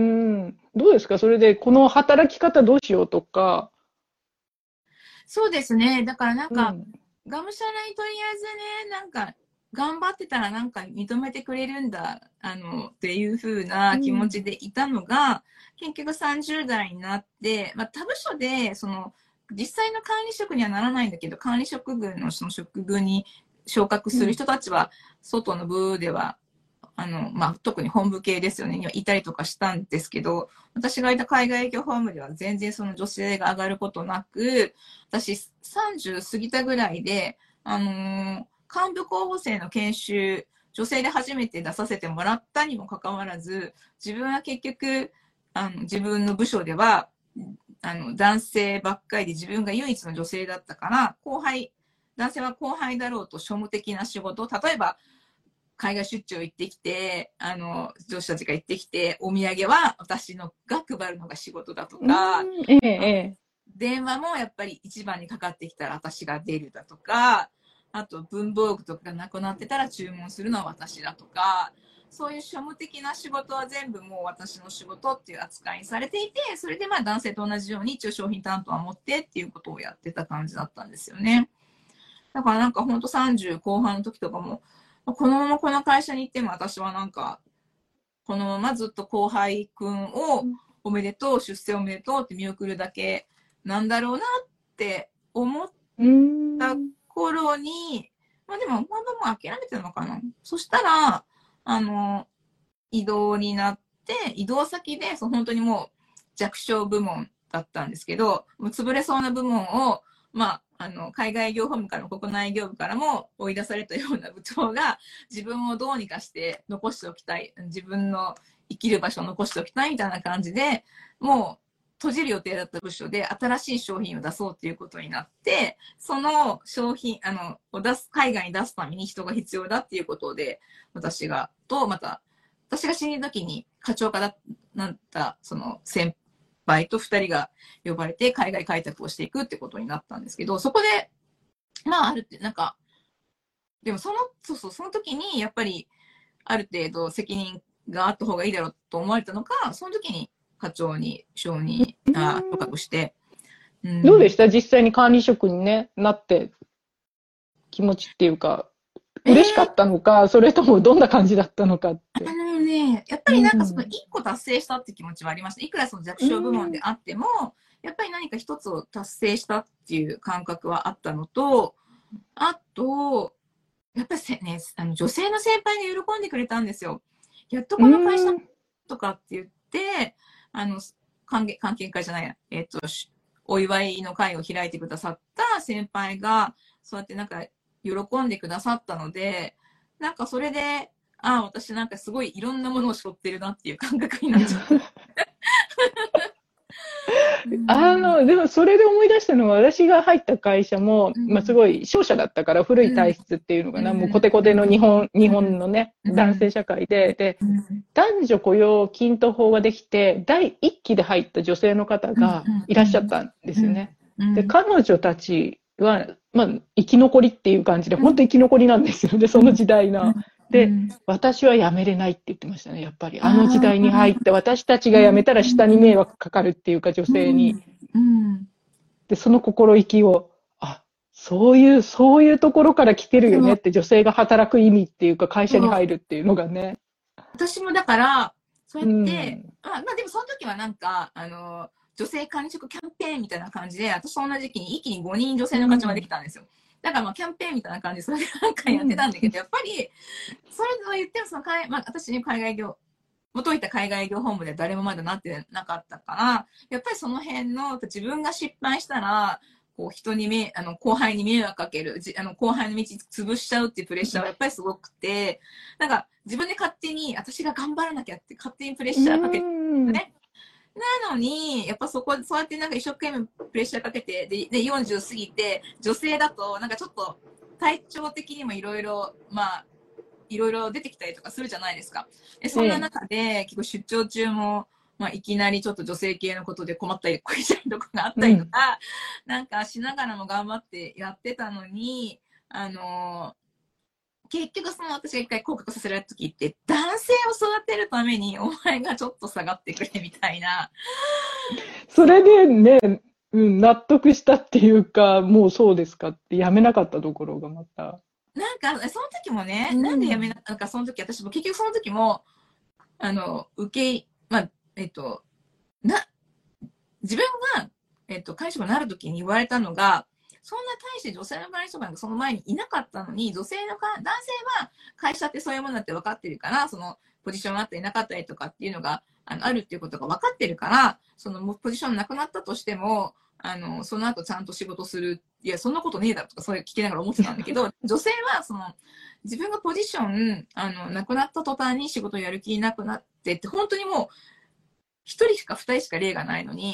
どうですか？それで、この働き方どうしようとか。 そうですね。だからなんか、うん、がむしゃらにとりあえずね、なんか、頑張ってたらなんか認めてくれるんだ、あの、っていう風な気持ちでいたのが、うん、結局さんじゅう代になって、まあ、他部署で、その、実際の管理職にはならないんだけど、管理職群のその職群に昇格する人たちは、外の部では、あの、まあ、特に本部系ですよね、いたりとかしたんですけど、私がいた海外営業法務では全然その女性が上がることなく、私さんじゅう過ぎたぐらいで、あのー、幹部候補生の研修、女性で初めて出させてもらったにもかかわらず、自分は結局、あの自分の部署ではあの男性ばっかりで自分が唯一の女性だったから、後輩、男性は後輩だろうと庶務的な仕事、例えば海外出張行ってきて、あの女子たちが行ってきて、お土産は私のが配るのが仕事だとか、 えええ電話もやっぱり一番にかかってきたら私が出るだとか、あと文房具とかがなくなってたら注文するのは私だとか、そういう庶務的な仕事は全部もう私の仕事っていう扱いにされていて、それでまあ男性と同じように一応商品担当は持ってっていうことをやってた感じだったんですよね。だからなんかほんとさんじゅう後半の時とかも、このままこの会社に行っても私はなんか、このままずっと後輩くんをおめでとう、出世おめでとうって見送るだけなんだろうなって思った頃に、まあでも、まあまあ諦めてるのかな。そしたら、あの、移動になって、移動先で、そう本当にもう弱小部門だったんですけど、もう潰れそうな部門を、まあ、あの、海外営業本部からも国内営業部からも追い出されたような部長が、自分をどうにかして残しておきたい、自分の生きる場所を残しておきたいみたいな感じで、もう閉じる予定だった部署で新しい商品を出そうということになって、その商品、あの、を出す、海外に出すために人が必要だっていうことで、私が、と、また、私が死んだ時に課長からなった、その先輩と二人が呼ばれて海外開拓をしていくってことになったんですけど、そこで、まあ、あるって、なんか、でもその、そうそう、その時に、やっぱり、ある程度責任があった方がいいだろうと思われたのか、その時に課長に承認、あ、許可をして、 うん。どうでした実際に管理職にね、なって、気持ちっていうか、嬉しかったのか、えー、それともどんな感じだったのかって。 あのね、やっぱりなんかその一個達成したって気持ちはありました。いくらその弱小部門であっても、やっぱり何か一つを達成したっていう感覚はあったのと、あと、やっぱりね、あの女性の先輩が喜んでくれたんですよ。やっとこの会社とかって言って、あの、関係、関係会じゃないや、えっと、お祝いの会を開いてくださった先輩が、そうやってなんか喜んでくださったので、なんかそれで、ああ、私なんかすごいいろんなものを背負ってるなっていう感覚になっちゃった。 あの、でもそれで思い出したのは、私が入った会社も、うん、まあすごい商社だったから古い体質っていうのかな、うん、もうコテコテの日本、日本のね、うん、男性社会で、で、男女雇用均等法ができて、第一期で入った女性の方がいらっしゃったんですよね。で、彼女たちは、まあ生き残りっていう感じで、本当生き残りなんですよね、その時代の。で、うん、私は辞めれないって言ってましたね、やっぱり。あの時代に入って、私たちが辞めたら下に迷惑かかるっていうか、女性に。うんうん、で、その心意気を、あ、そういう、そういうところから来てるよねって、女性が働く意味っていうか、会社に入るっていうのがね。 私もだから、そうやって、うん、まあ、まあでもその時はなんか、あの、女性管理職キャンペーンみたいな感じで、私と同じ時期に一気にごにん女性の課長ができたんですよ。うんだからまあキャンペーンみたいな感じでそれでなんかやってたんだけど、やっぱりそれと言ってもその海、まあ、私に海外業元いた海外営業本部で誰もまだなってなかったからやっぱりその辺の自分が失敗したらこう人にめあの後輩に迷惑かけるあの後輩の道潰しちゃうっていうプレッシャーはやっぱりすごくてなんか自分で勝手に私が頑張らなきゃって勝手にプレッシャーかけてね。なのに、やっぱそこ、そうやってなんか一生懸命プレッシャーかけて、で、でよんじゅう過ぎて、女性だと、なんかちょっと体調的にもいろいろ、まあ、いろいろ出てきたりとかするじゃないですか。でそんな中で、結構出張中も、まあ、いきなりちょっと女性系のことで困ったり、こいたりとかがあったりとか、うん、なんかしながらも頑張ってやってたのに、あのー、結局その私が一回降格させられた時って男性を育てるためにお前がちょっと下がってくれみたいな。 それでね、うん、納得したっていうか、もうそうですかってやめなかったところがまた。 なんかその時もね、うん、なんでやめなかったかその時私も結局その時もあの受けまあえっとな自分がえっと会社になる時に言われたのが。そんな大して女性の管理職なんかその前にいなかったのに、女性のか、男性は会社ってそういうものだって分かってるから、そのポジションがあったりなかったりとかっていうのがあのあるっていうことが分かってるから、そのポジションなくなったとしても、あの、その後ちゃんと仕事する。いや、そんなことねえだろとか、そういう聞きながら思ってたんだけど、女性はその、自分がポジション、あの、なくなった途端に仕事をやる気なくなってって、本当にもう、一人しか二人しか例がないのに、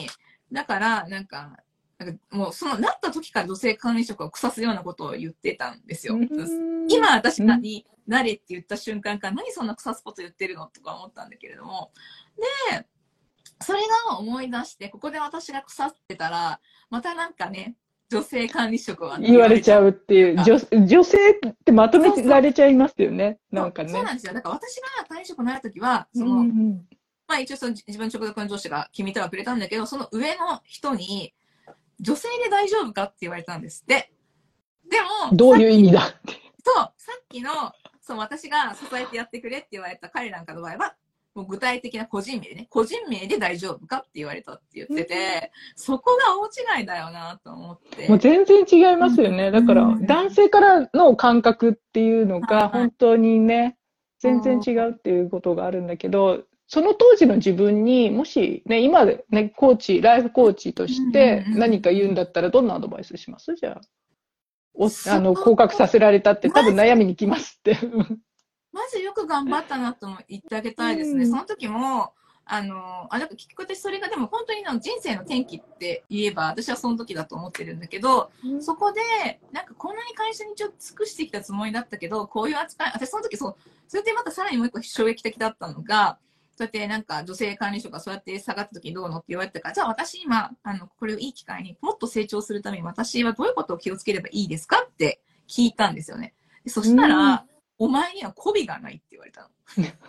だから、なんか、なんかもうそのなった時から女性管理職を腐すようなことを言ってたんですよ。今私がになれって言った瞬間から何そんな腐すこと言ってるのとか思ったんだけれども。で、それが思い出して、ここで私が腐ってたら、またなんかね、女性管理職は言われちゃうっていう、女、女性ってまとめられちゃいますよね。 そうそうなんかね。 そうなんですよ。だから私が管理職になるときは、その、うんうん、まあ一応その自分直属の上司が決めてはくれたんだけど、その上の人に、女性で大丈夫かって言われたんですって。でも、 どういう意味だって。 そう、さっきの、そう、私が支えてやってくれって言われた彼なんかの場合は、もう具体的な個人名でね、個人名で大丈夫かって言われたって言ってて、うん、そこが大違いだよなと思って。 もう全然違いますよね。うん、だから、男性からの感覚っていうのが、本当にね、全然違うっていうことがあるんだけど、その当時の自分にもしね、今でね、コーチ、ライフコーチとして何か言うんだったらどんなアドバイスします？じゃあ。お、あの、降格させられたって多分悩みに来ますって。 まずよく頑張ったなとも言ってあげたいですね。うん、その時も、あの、あ、なんか結局私それがでも本当にの人生の転機って言えば私はその時だと思ってるんだけど、うん、そこで、なんかこんなに会社にちょっと尽くしてきたつもりだったけど、こういう扱い、私その時そう、それでまたさらにもう一個衝撃的だったのが、そうやってなんか女性管理職がそうやって下がった時どうのって言われたから、じゃあ私今、あの、これをいい機会にもっと成長するために私はどういうことを気をつければいいですかって聞いたんですよね。でそしたら、うん、お前には媚びがないって言われたの。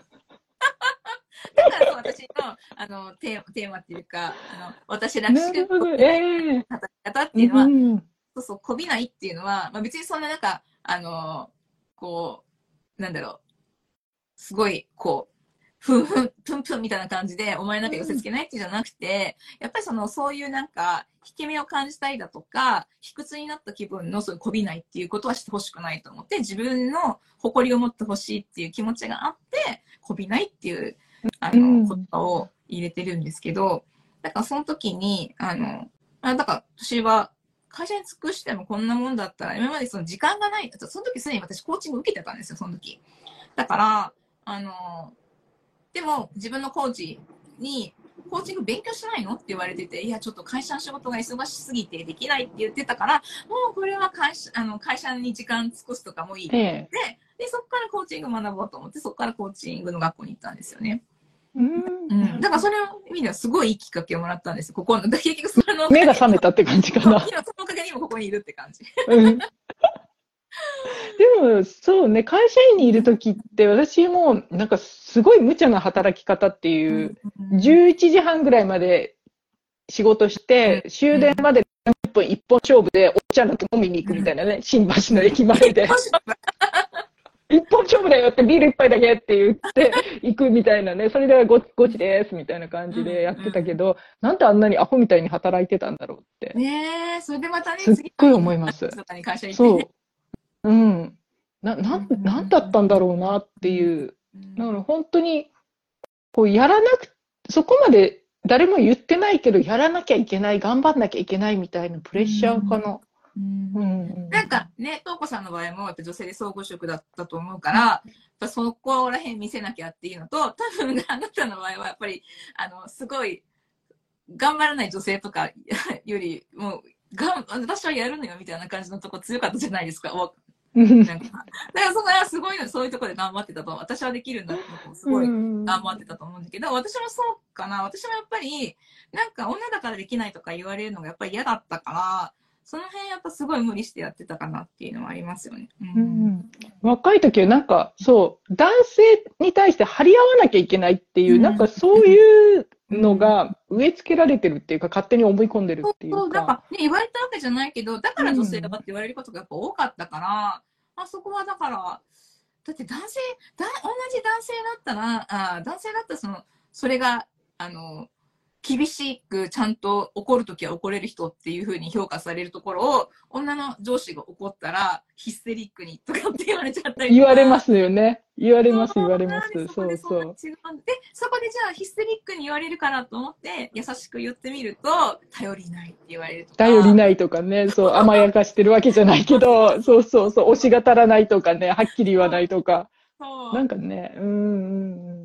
だからそう私のあのテーマ、テーマっていうか、あの私らしく働き方っていうのは、うん、そうそう、媚びないっていうのは、まあ、別にそんななんか、あの、こう、なんだろう、すごい、こう、ふんふん、ぷんぷんみたいな感じで、お前なんか寄せつけないってじゃなくて、やっぱりその、そういうなんか、引け目を感じたりだとか、卑屈になった気分のそういうこびないっていうことはしてほしくないと思って、自分の誇りを持ってほしいっていう気持ちがあって、こびないっていう、あの、言葉を入れてるんですけど、だからその時に、あの、あだから私は、会社に尽くしてもこんなもんだったら、今までその時間がない、その時すでに私コーチング受けてたんですよ、その時。だから、あの、でも自分のコーチに、コーチング勉強しないのって言われてて、いや、ちょっと会社の仕事が忙しすぎてできないって言ってたから、もうこれは会社、あの会社に時間尽くすとかもいいって、ええ、で、そこからコーチング学ぼうと思って、そこからコーチングの学校に行ったんですよね。うん、うん、だからそれを意味ではすごいいいきっかけをもらったんですよ。ここの、結局それの目が覚めたって感じかな。 そのおかげで今ここにいるって感じ。 うんでも、そうね、会社員にいるときって、私も、なんか、すごい無茶な働き方っていう、じゅういちじはんぐらいまで仕事して、終電までいっぷん一本勝負で、お茶だと飲みに行くみたいなね、新橋の駅前で。一本勝負だよって、ビール一杯だけって言って行くみたいなね、それでごごちですみたいな感じでやってたけど、なんであんなにアホみたいに働いてたんだろうって。 ねえ、それでまたね、 すっごい思います。そう。うん。な、な、なんだったんだろうなっていう。だから本当に、こうやらなく、そこまで誰も言ってないけど、やらなきゃいけない、頑張んなきゃいけないみたいなプレッシャーかな。 うんうん、なんかね、東子さんの場合もやっぱ女性で総合職だったと思うから、やっぱそこら辺見せなきゃっていうのと、多分あなたの場合はやっぱり、あの、すごい、頑張らない女性とかより、もう、がん私はやるのよみたいな感じのとこ強かったじゃないですか。なんかだからそこはすごいの、そういうところで頑張ってたと、私はできるんだってすごい頑張ってたと思うんだけど、私もそうかな。私もやっぱり、なんか女だからできないとか言われるのがやっぱり嫌だったから、その辺やっぱすごい無理してやってたかなっていうのはありますよね。うんうん、若い時はなんかそう、男性に対して張り合わなきゃいけないっていう、うん、なんかそういうのが植え付けられてるっていうか、勝手に思い込んでるっていうか。 そうそう、なんかね、言われたわけじゃないけど、だから女性だって言われることがやっぱ多かったから、うん、まあそこはだから、だって男性、だ同じ男性だったら、あ男性だったらその、それが、あの、厳しくちゃんと怒るときは怒れる人っていう風に評価されるところを、女の上司が怒ったらヒステリックにとかって言われちゃったりとか。 言われますよね。言われます、言われます。そうそう。 で、そこでじゃあヒステリックに言われるからと思って、優しく言ってみると、頼りないって言われるとか。 頼りないとかね、そう、甘やかしてるわけじゃないけど、そうそうそう、推しが足らないとかね、はっきり言わないとか。そうなんかね、うんうんうん。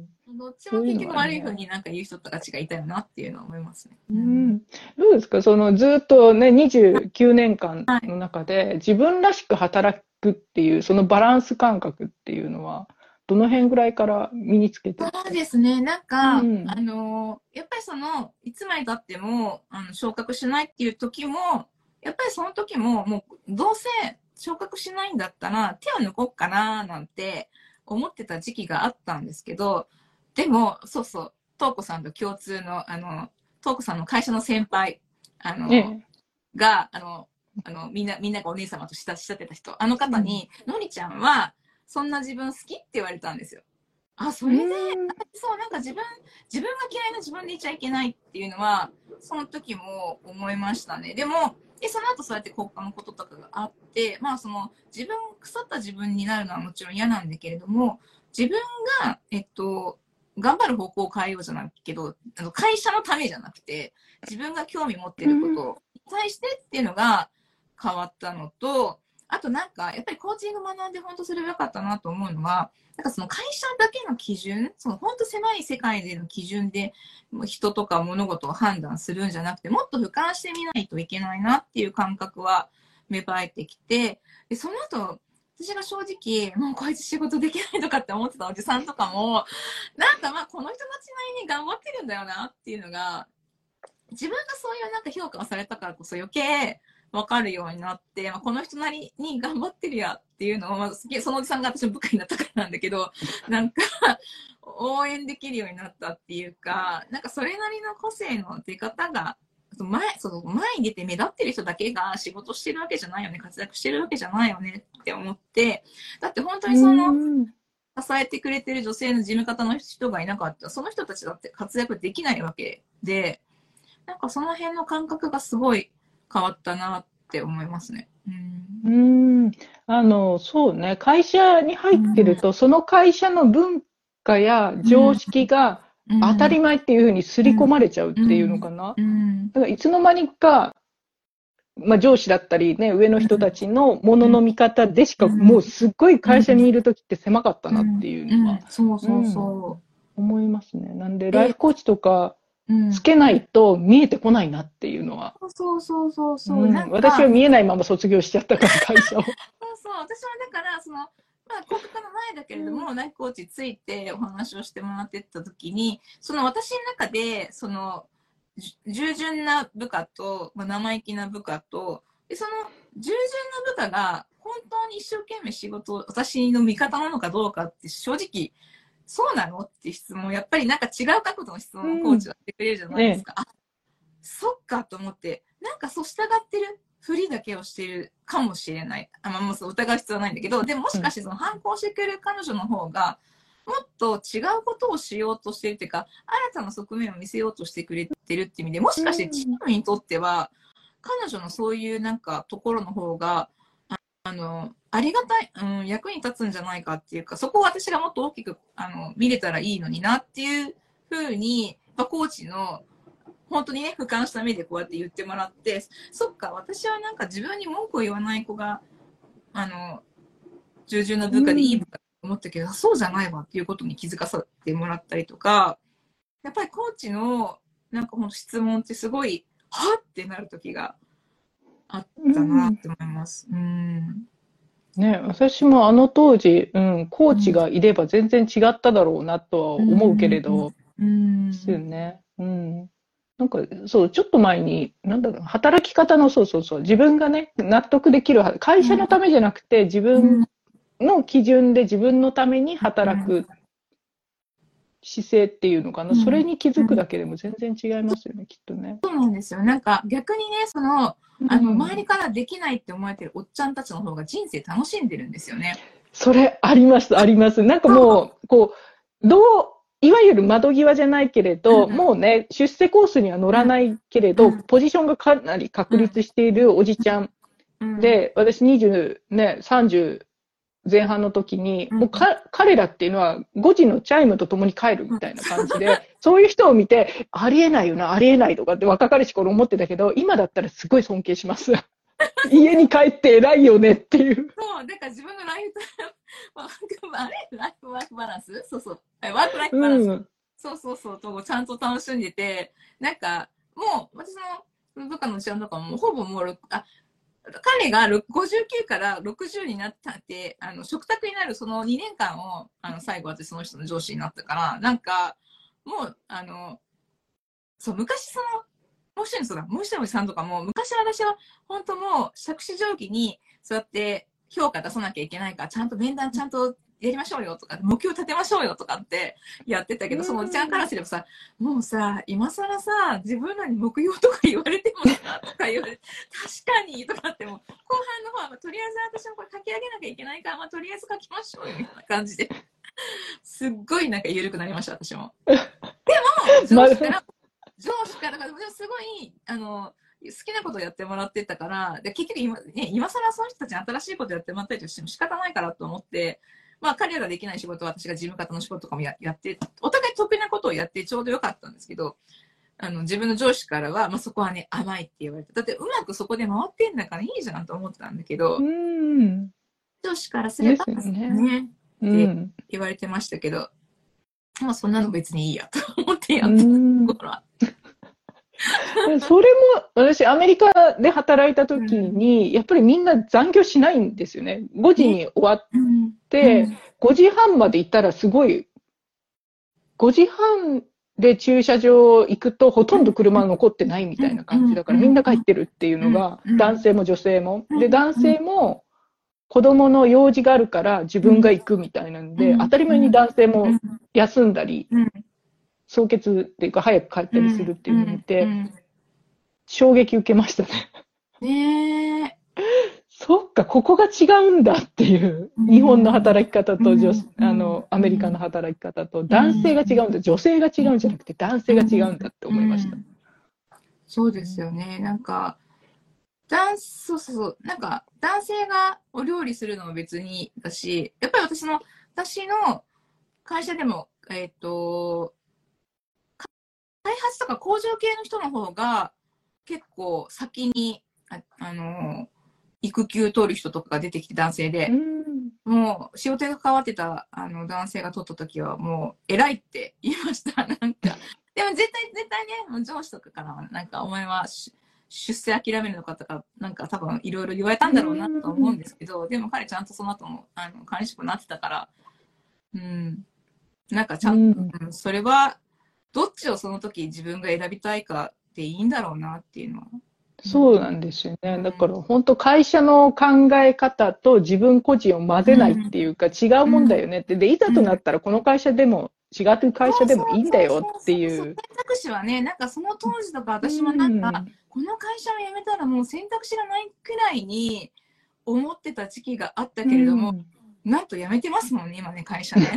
どっちも結局悪い風になんか言う人たちがいたよなっていうのは思いますね。 うん、どうですか、そのずっとね、にじゅうきゅうねんかんはい。 の中で、自分らしく働くっていう、そのバランス感覚っていうのは、どの辺ぐらいから身につけてっそうた？ ですね。なんか、あうん。 の、やっぱりその、いつまで経っても、あの、昇格しないっていう時も、やっぱりその時も、もう、どうせ昇格しないんだったら、手を抜こうかな、なんて思ってた時期があったんですけど、でも、そうそう、東子さんと共通の、あの、東子さんの会社の先輩、あの、 ええ。 が、あの、あの、みんな、みんながお姉様とした慕ってた人、あのうん。 方に、のりちゃんは、そんな自分好きって言われたんですよ。あ、そうれで、 ん。 そう、なんか自分、自分が嫌いな自分でいちゃいけないっていうのは、その時も思いましたね。でも、で、その後そうやって国家のこととかがあって、まあその、自分、腐った自分になるのはもちろん嫌なんだけれども、自分が、えっと、頑張る方向を変えようじゃないけど、あの会社のためじゃなくて、自分が興味持ってうん。 ることに対してっていうのが変わったのと、あとなんか、やっぱりコーチング学んで本当それ良かったなと思うのは、なんかその会社だけの基準、その本当狭い世界での基準で人とか物事を判断するんじゃなくて、もっと俯瞰してみないといけないなっていう感覚は芽生えてきて、で、その後、私が正直、もうこいつ仕事できないとかって思ってたおじさんとかも、なんかまあこの人たちなりに頑張ってるんだよなっていうのが、自分がそういうなんか評価をされたからこそ余計分かるようになって、まあ、この人なりに頑張ってるやっていうのを、まあ、そのおじさんが私の部下になったからなんだけど、なんか応援できるようになったっていうか、なんかそれなりの個性の出方が、前その前に出て目立ってる人だけが仕事してるわけじゃないよね、活躍してるわけじゃないよねって思って、だって本当うにその、 ん。 支えてくれてる女性の事務方の人がいなかったら、その人たちだって活躍できないわけで、なんかその辺の感覚がすごい変わったなって思いますね。うん。 うん。あの、そうね。会社に入うん。 ってると、その会社の文化や常うん。 識がうん。 当たり前っていうふうに刷り込うん。 まれちゃうっうていうのん。 かな。 うん。 だからいつの間にか、まあ、上司だったりね、上の人たちのものの見方でしか、もうすっごい会社にいるときって狭かったなっていうのは、 そうそううん、 そ思いますね。なんで、 う。で、 ライフコーチとかうん。 つけないと見えてこないなっていうのは、 そうそうそうそう。なうん、 んか、 私は見えないまま卒業しちゃったから、会社を。 そうそう。私はだから、その、まあ、降格の前だけれどうん、 も、ライフコーチついてお話をしてもらってた時に、その私の中で、その、従順な部下と、まあ、生意気な部下と、で、その従順な部下が本当に一生懸命仕事を私の味方なのかどうかって正直、そうなのっていう質問、やっぱりなんか違う角度の質問をコーチうん、 はしてくれるじゃないですねか。あ、そっかと思って、なんかそう従ってるふりだけをしてるかもしれない。あ、まあ、もうそう疑う必要はないんだけど、でももうん、 しかしてその反抗してくれる彼女の方が、もっと違うことをしようとしてるっていうか、新たな側面を見せようとしてくれてるって意味で、もしうかしてチん、 ームにとっては、彼女のそういうなんかところの方が、あの、ありがたい、うん、役に立つんじゃないかっていうか、そこを私がもっと大きく、あの、見れたらいいのになっていうふうに、まあ、コーチの本当にね、俯瞰した目でこうやって言ってもらって、そっか、私はなんか自分に文句を言わない子が、あの、従順な部下でいいうん、 部下と思ったけど、そうじゃないわっていうことに気づかさせてもらったりとか、やっぱりコーチのなんかほんと質問ってすごい、はってなる時があっうたなっん。 て思います。うん。 ね、私もあの当時、うん、コーチうん。 がいれば全然違っただろうなとはう思うけん。 れど、 うですよん。 ね。うん。なんか、そう、ちょっと前に、なんだろう、働き方の、そうそうそう、自分がね、納得できる、会社のためじゃなくて、自分うん。 の基準で自分のためにうん。 働く姿勢っていうのかな。それうん。 に気づくだけでも全然違いますよね、きっとね。 そうなんですよ。なんか逆にね、その、あの、 うん。 周りからできないって思われてるおっちゃんたちの方が人生楽しんでるんですよね。 それ、あります、あります。なんかそもう、こう、どう、いわゆる窓際じゃないけれう。うど、 ん。 もうね、出世コースには乗うん。 らないけれど、 うん。 ポジションがかなり確うん。 立しているおじちゃんうん。 で、私にじゅうね、さんじゅう前半の時に、 うん。 もうか、彼らっていうのはごじのチャイムとともに帰るみうん。 たいな感じで、そういう人を見て、ありえないよな、ありえないとかって若かりし頃思ってたけど、今だったらすごい尊敬します。家に帰って偉いよねっていう。 そう、だから自分のライフワーク、あれライフワークバランスそうそう。ワークライフバランスうん。 そうそうそう、とちゃんと楽しんでて、なんか、もう、私の部下のうちわんとかも、ほぼもうろく、あ、彼がごじゅうきゅうからろくじゅうになったって、あの、食卓になるそのにねんかんを、あの、最後私その人の上司になったから、なんか、もう、あの、そう、昔その、もう一人のそうだ、もう一人のおじさんとかも、昔私は、本当もう、杓子定規に、そうやって評価出さなきゃいけないから、ちゃんと面談ちゃんとやりましょうよとか、目標立てましょうよとかってやってたけど、そのおじちゃんからすればさ、もうさ、今更さ、自分らに目標とか言われてもさ、とか言われて、確かにとかっても、後半の方は、まあ、とりあえず私もこれ書き上げなきゃいけないから、まあ、とりあえず書きましょうよみたいな感じで、すっごいなんか緩くなりました、私も。でも、上司から、上司から、でもすごい、あの、好きなことをやってもらってたから、で結局今、ね、今更その人たちに新しいことやってもらったりとしても仕方ないからと思って、まあ彼らができない仕事を私が事務方の仕事とかも や, やって、お互い得意なことをやってちょうどよかったんですけど、あの自分の上司からは、まあ、そこはね、甘いって言われて、だってうまくそこで回ってんだからいいじゃんと思ってたんだけど、 うん、 上司からすればですよね。 ね、 うってん。 言われてましたけど、まあそんなの別にいいやと思ってやってたところは。 それも、私、アメリカで働いた時に、やっぱりみんな残業しないんですよね。ごじに終わって、ごじはんまで行ったらすごい、ごじはんで駐車場行くとほとんど車残ってないみたいな感じだから、みんな帰ってるっていうのが、男性も女性も。で、男性も子供の用事があるから自分が行くみたいなので、当たり前に男性も休んだり、早欠っていうか早く帰ったりするっていうのを見て、衝撃受けましたね。 ねえ。 そっか、ここが違うんだっていう、日本の働き方と女、あの、アメリカの働き方と、男性が違うんだ、女性が違うんじゃなくて男性が違うんだって思いました。 そうですよね。なんか、男、そうそうそう、なんか男性がお料理するのも別にだし、やっぱり私の、私の会社でも、えっと、開発とか工場系の人の方が結構先に、あ、あの、育休取る人とかが出てきて男性で、もう仕事が変わってたあの男性が取った時はもう偉いって言いました。なんか、でも絶対、絶対ね、もう上司とかからはなんかお前は出世諦めるのかとか、なんか多分いろいろ言われたんだろうなと思うんですけど、でも彼ちゃんとその後もあの管理職になってたから、うん、なんかちゃんと、うん、それはどっちをその時自分が選びたいかでいいんだろうなっていうのは。 そうなんですよね。だから本当会社の考え方と自分個人を混ぜないっていうか、違うもんだよねって。で、いざとなったらこの会社でも違う会社でもいいんだよっていう。 選択肢はね、なんかその当時とか私もなんか、この会社を辞めたらもう選択肢がないくらいに思ってた時期があったけれども、なんと辞めてますもんね、今ね、会社ね。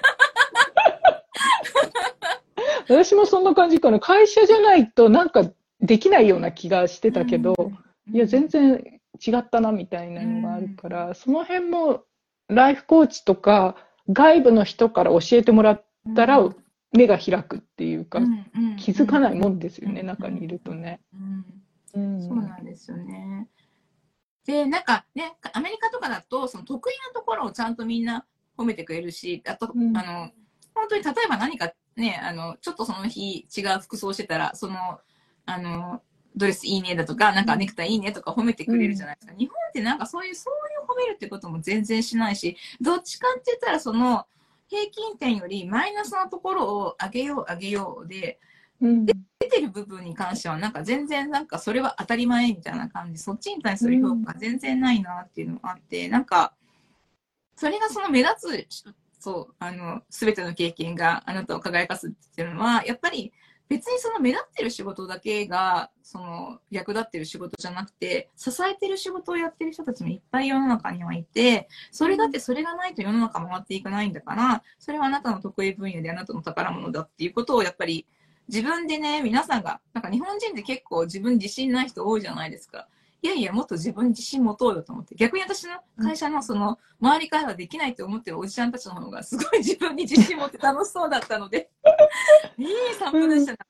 私もそんな感じかな。会社じゃないとなんかできないような気がしてたけど、いや、全然違ったなみたいなのがあるから、その辺もライフコーチとか外部の人から教えてもらったら目が開くっていうか、気づかないもんですよね、中にいるとね。 そうなんですよね。で、なんかね、アメリカとかだと、その得意なところをちゃんとみんな褒めてくれるし、あと、うん、あの、本当に例えば何かね、あの、ちょっとその日違う服装してたら、その、あの、ドレスいいねだとか、なんかネクタイいいねとか褒めてくれるじゃないですか。うん、日本ってなんかそういう、そういう褒めるってことも全然しないし、どっちかって言ったらその、平均点よりマイナスなところを上げよう上げようで、うん、出てる部分に関してはなんか全然なんかそれは当たり前みたいな感じ、そっちに対する評価が全然ないなっていうのがあって、なんか、それがその目立つ、そう、あの、すべての経験があなたを輝かすっていうのは、やっぱり別にその目立ってる仕事だけが、その役立ってる仕事じゃなくて、支えてる仕事をやってる人たちもいっぱい世の中にはいて、それだってそれがないと世の中回っていかないんだから、それはあなたの得意分野であなたの宝物だっていうことをやっぱり自分でね、皆さんが、なんか日本人って結構自分に自信ない人多いじゃないですか。いやいや、もっと自分に自信持とうよと思って。逆に私の会社のその、周りからはできないと思ってるおじちゃんたちの方が、すごい自分に自信持って楽しそうだったので、いい散歩でしたね。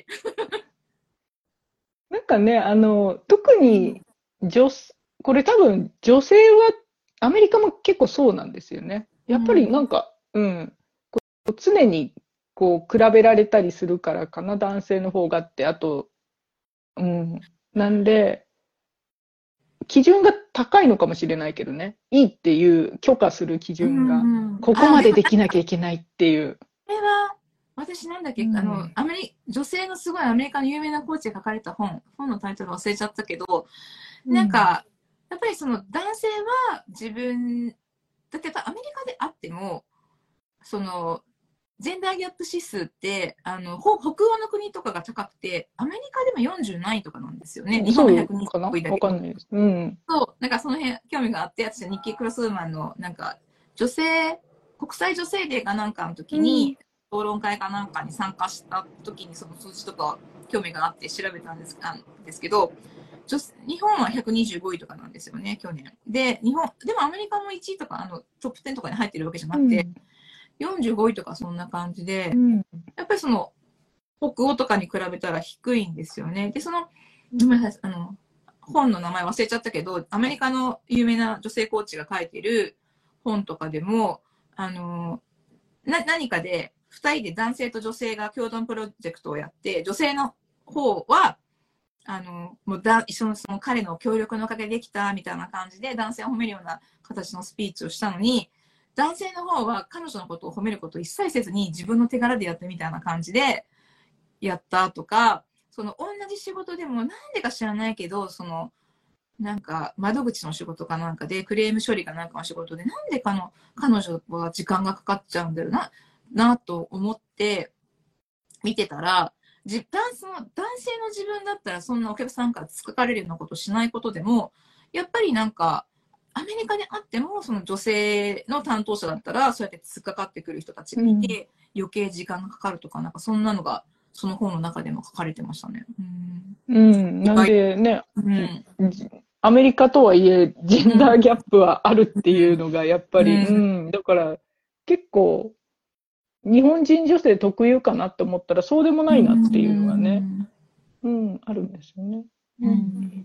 なんかね、あの、特に女、これ多分女性は、アメリカも結構そうなんですよね。やっぱりなんか、うん、うん、常にこう比べられたりするからかな、男性の方がって。あと、うん。なんで、基準が高いのかもしれないけどね。いいっていう許可する基準が、 うんここまでできなきゃいけないっていう。 これは、私なんだっけ、 うん、 あの、アメリ、女性のすごいアメリカの有名なコーチが書かれた本、本のタイトル忘れちゃったけど、なんか、やっぱりその男性は自分、だってやっぱアメリカであっても、その、ジェンダーギャップ指数って、あの、ほ北欧の国とかが高くて、アメリカでもよんじゅうないとかなんですよね。日本がひゃくにじゅうごいだけど。 わかんないです。うん。 そう、なんかその辺興味があって、私は日経クロスウーマンの、なんか、女性、国際女性デーかなんかの時に、討論会かなんかに参加した時にその数字とか興味があって調べたんですあですけど、日本はひゃくにじゅうごいとかなんですよね、去年。で、日本、でもアメリカもいちいとか、あの、トップじゅうとかに入ってるわけじゃなくて、うん、よんじゅうごいとかそんな感じで、うん、やっぱりその、北欧とかに比べたら低いんですよね。で、その、ごめんなさい、あの、本の名前忘れちゃったけど、アメリカの有名な女性コーチが書いてる本とかでも、あの、な、何かで、二人で男性と女性が共同プロジェクトをやって、女性の方は、あの、もうだ、一緒のその彼の協力のおかげでできたみたいな感じで男性を褒めるような形のスピーチをしたのに、男性の方は彼女のことを褒めることを一切せずに自分の手柄でやってみたいな感じでやったとか、その同じ仕事でもなんでか知らないけど、その、なんか窓口の仕事かなんかでクレーム処理かなんかの仕事でなんでかの彼女は時間がかかっちゃうんだよな、なと思って見てたら、男その男性の自分だったらそんなお客さんからつかかれるようなことしないことでも、やっぱりなんかアメリカであってもその女性の担当者だったらそうやってつっかかってくる人たちがいて、うん、余計時間がかかるとか、なんかそんなのがその本の中でも書かれてましたね。 うん、うん、なんでね、うん、アメリカとはいえジェンダーギャップはあるっていうのがやっぱり、うんうん、だから結構日本人女性特有かなって思ったらそうでもないなっていうのがね、うん、うん、あるんですよね。うん。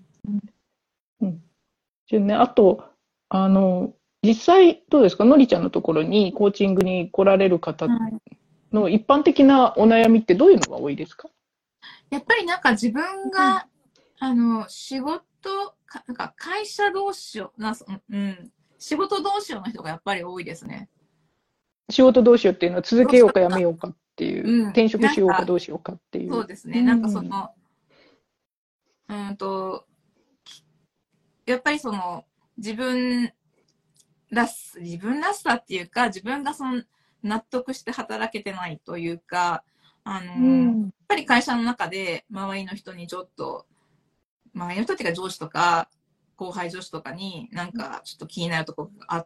うん。じゃね、あと、あの、実際どうですか、のりちゃんのところにコーチングに来られる方の一般的なお悩みってどういうのが多いですか？ やっぱりなんか自分が、うん、あの、仕事、かなんか会社どうしような、うん、仕事どうしようの人がやっぱり多いですね。 仕事どうしようっていうのは続けようかやめようかっていう、うん、転職しようかどうしようかっていう。 そうですね。なんかその、うんと、やっぱりその自分らし、自分らしさっていうか、自分がその納得して働けてないというか、あの、うん、やっぱり会社の中で周りの人にちょっと、周りの人っていうか上司とか後輩上司とかになんかちょっと気になるところがあって、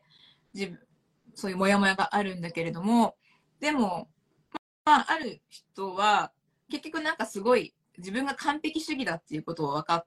自分、そういうモヤモヤがあるんだけれども、でも、まあ、ある人は結局なんかすごい自分が完璧主義だっていうことを分かって、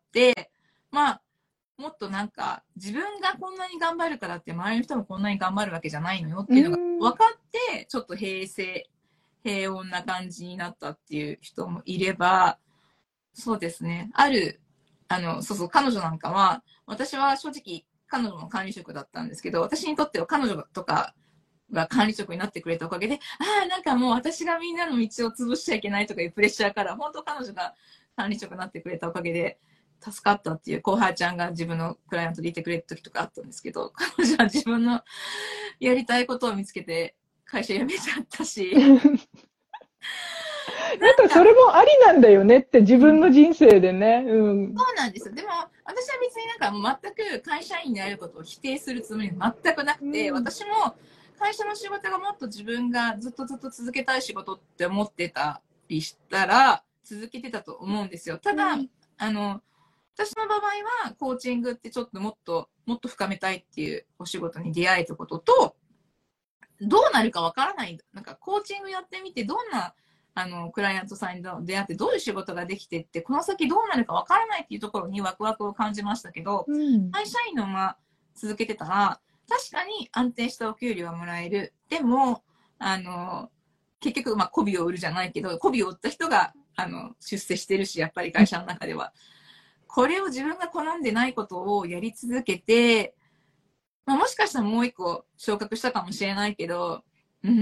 まあ、もっとなんか自分がこんなに頑張るからって周りの人もこんなに頑張るわけじゃないのよっていうのが分かって、ちょっと平静、平穏な感じになったっていう人もいれば、そうですね。ある、あの、そうそう、彼女なんかは、私は正直、彼女も管理職だったんですけど、私にとっては彼女とかが管理職になってくれたおかげで、ああ、なんかもう私がみんなの道を潰しちゃいけないとかいうプレッシャーから、本当彼女が管理職になってくれたおかげで、助かったっていう後輩ちゃんが自分のクライアントでいてくれる時とかあったんですけど、彼女は自分のやりたいことを見つけて会社辞めちゃったし。 なんかそれもありなんだよねって自分の人生でね。うん、 そうなんですよ。でも私は別になんか全く会社員であることを否定するつもりは全くなくて、うん、私も会社の仕事がもっと自分がずっとずっと続けたい仕事って思ってたりしたら続けてたと思うんですよ。ただ、うん、あの私の場合はコーチングってちょっともっともっと深めたいっていうお仕事に出会えたことと、どうなるかわからない、なんかコーチングやってみてどんなあのクライアントさんに出会ってどういう仕事ができてってこの先どうなるかわからないっていうところにワクワクを感じましたけど、うん、会社員のまま続けてたら確かに安定したお給料はもらえる。でもあの結局まあ媚びを売るじゃないけど、媚びを売った人があの出世してるし、やっぱり会社の中では。これを自分が好んでないことをやり続けて、まあ、もしかしたらもう一個昇格したかもしれないけど、うん、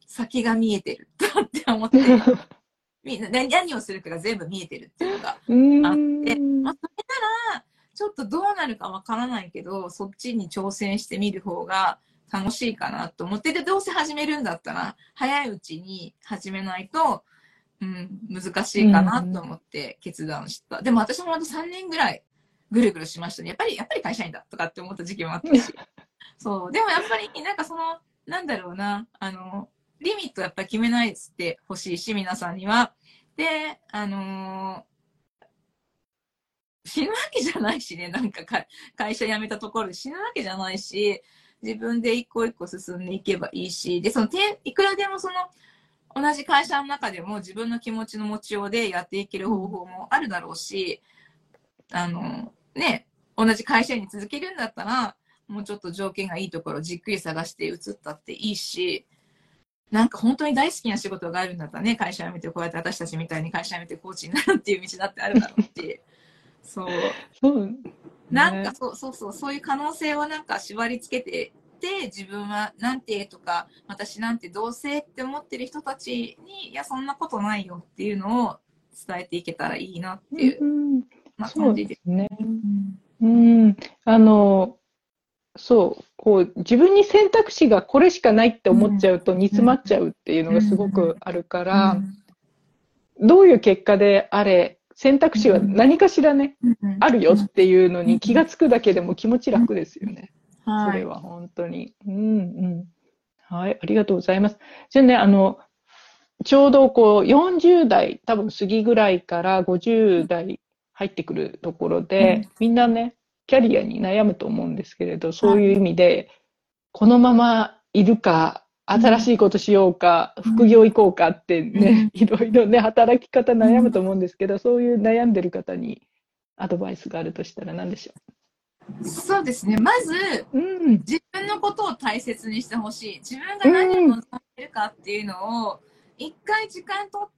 先が見えてるって思って、みんな何をするかが全部見えてるっていうのがあって、まあ、それなら、ちょっとどうなるかわからないけど、そっちに挑戦してみる方が楽しいかなと思って、で、どうせ始めるんだったら、早いうちに始めないと、うん、難しいかなと思って決断した。でも私もあとさんねんぐらいぐるぐるしましたね。やっぱり、やっぱり会社員だとかって思った時期もあったし。そう。でもやっぱり、なんかその、なんだろうな、あの、リミットやっぱり決めないでほしいし、皆さんには。で、あのー、死ぬわけじゃないしね、なんかか会社辞めたところで死ぬわけじゃないし、自分で一個一個進んでいけばいいし、で、その、いくらでもその、同じ会社の中でも自分の気持ちの持ちようでやっていける方法もあるだろうし、あの、ね、同じ会社に続けるんだったら、もうちょっと条件がいいところをじっくり探して移ったっていいし、なんか本当に大好きな仕事があるんだったらね、会社辞めてこうやって私たちみたいに会社辞めてコーチになるっていう道だってあるだろうし、そう。 そうね、 なんかそうそうそう、そういう可能性をなんか縛り付けて、で自分はなんてとか私なんてどうせって思ってる人たちにいやそんなことないよっていうのを伝えていけたらいいなっていう、うん、まあ、感じですね。うん、うん、あのそうこう自分に選択肢がこれしかないって思っちゃうと煮詰まっちゃうっていうのがすごくあるから、どういう結果であれ選択肢は何かしらね、あるよっていうのに気がつくだけでも気持ち楽ですよね。それは本当に。うんうん。はい、ありがとうございます。じゃあね、あの、ちょうどこうよんじゅう代、多分過ぎぐらいからごじゅう代入ってくるところで、みんなね、キャリアに悩むと思うんですけれど、そういう意味で、このままいるか、新しいことしようか、副業行こうかってね、いろいろね、働き方悩むと思うんですけど、そういう悩んでる方にアドバイスがあるとしたら何でしょう？ そうですね。まず、うん、自分のことを大切にしてほしい。自分が何を望んでるかっていうのを、一回時間取って、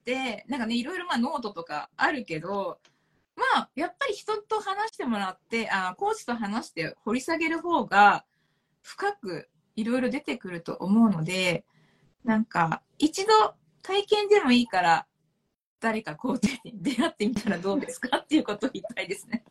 なんかね、いろいろまあノートとかあるけど、まあ、やっぱり人と話してもらって、あコーチと話して掘り下げる方が、深くいろいろ出てくると思うので、なんか、一度体験でもいいから、誰かコーチに出会ってみたらどうですかっていうことを言いたいですね。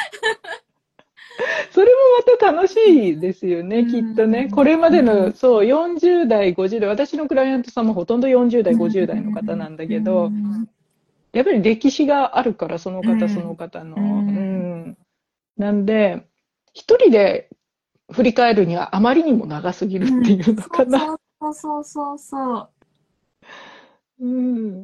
それもまた楽しいですよね、きっとね。これまでの、そう、よんじゅう代、ごじゅう代、私のクライアントさんもほとんどよんじゅう代、ごじゅう代の方なんだけど、やっぱり歴史があるから、その方、その方の。うん。なんで、一人で振り返るにはあまりにも長すぎるっていうのかな。 そうそうそうそう。 うん。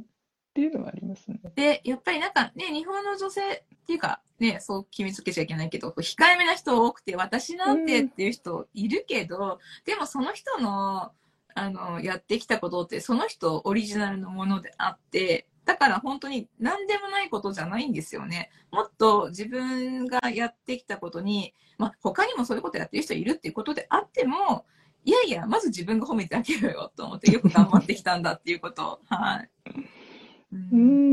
っていうのはありますね。 で、やっぱりなんかね、日本の女性っていうか、ね、そう決めつけちゃいけないけど、控えめな人多くて、私なんてっていう人いるけど、うん、でもその人の、あの、やってきたことって、その人オリジナルのものであって、だから本当に何でもないことじゃないんですよね。もっと自分がやってきたことに、まあ、他にもそういうことやってる人いるっていうことであっても、いやいや、まず自分が褒めてあげるよと思って、よく頑張ってきたんだっていうことを。はい。 うん。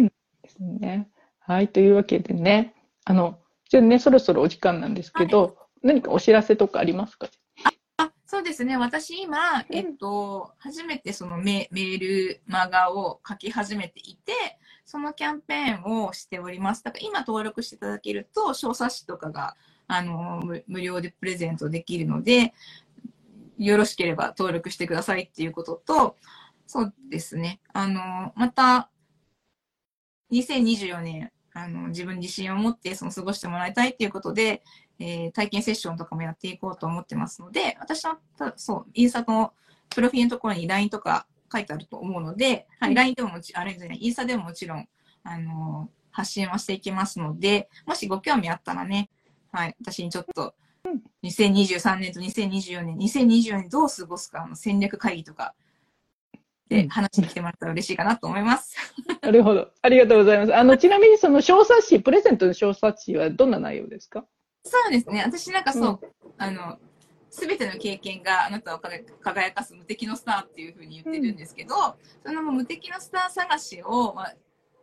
ですね。はい。というわけでね、あの、じゃあね、そろそろお時間なんですけど、はい、何かお知らせとかありますか？ あ、そうですね。私今、えっと、初めてそのメ、メールマガを書き始めていて、そのキャンペーンをしております。だから今登録していただけると、小冊子とかが、あの、無、無料でプレゼントできるので、よろしければ登録してくださいっていうことと、そうですね。あの、また、にせんにじゅうよねん、あの、自分自信を持ってその過ごしてもらいたいっていうことで、えー、体験セッションとかもやっていこうと思ってますので、私は、そう、インスタのプロフィールのところに ライン とか書いてあると思うので、はい、ライン でももち、あれじゃない、インスタでももちろん、あのー、発信はしていきますので、もしご興味あったらね、はい、私にちょっと、にせんにじゅうさんねんとにせんにじゅうよねん、にせんにじゅうよねんどう過ごすかの戦略会議とか、で、話に来てもらったら嬉しいかなと思います。 なるほど。ありがとうございます。あの、ちなみにその小冊子、プレゼントの小冊子はどんな内容ですか？ そうですね。私なんかそう、うん、あの、すべての経験があなたを輝かす無敵のスターっていうふうに言ってるんですけど、うん、その無敵のスター探しを、まあ、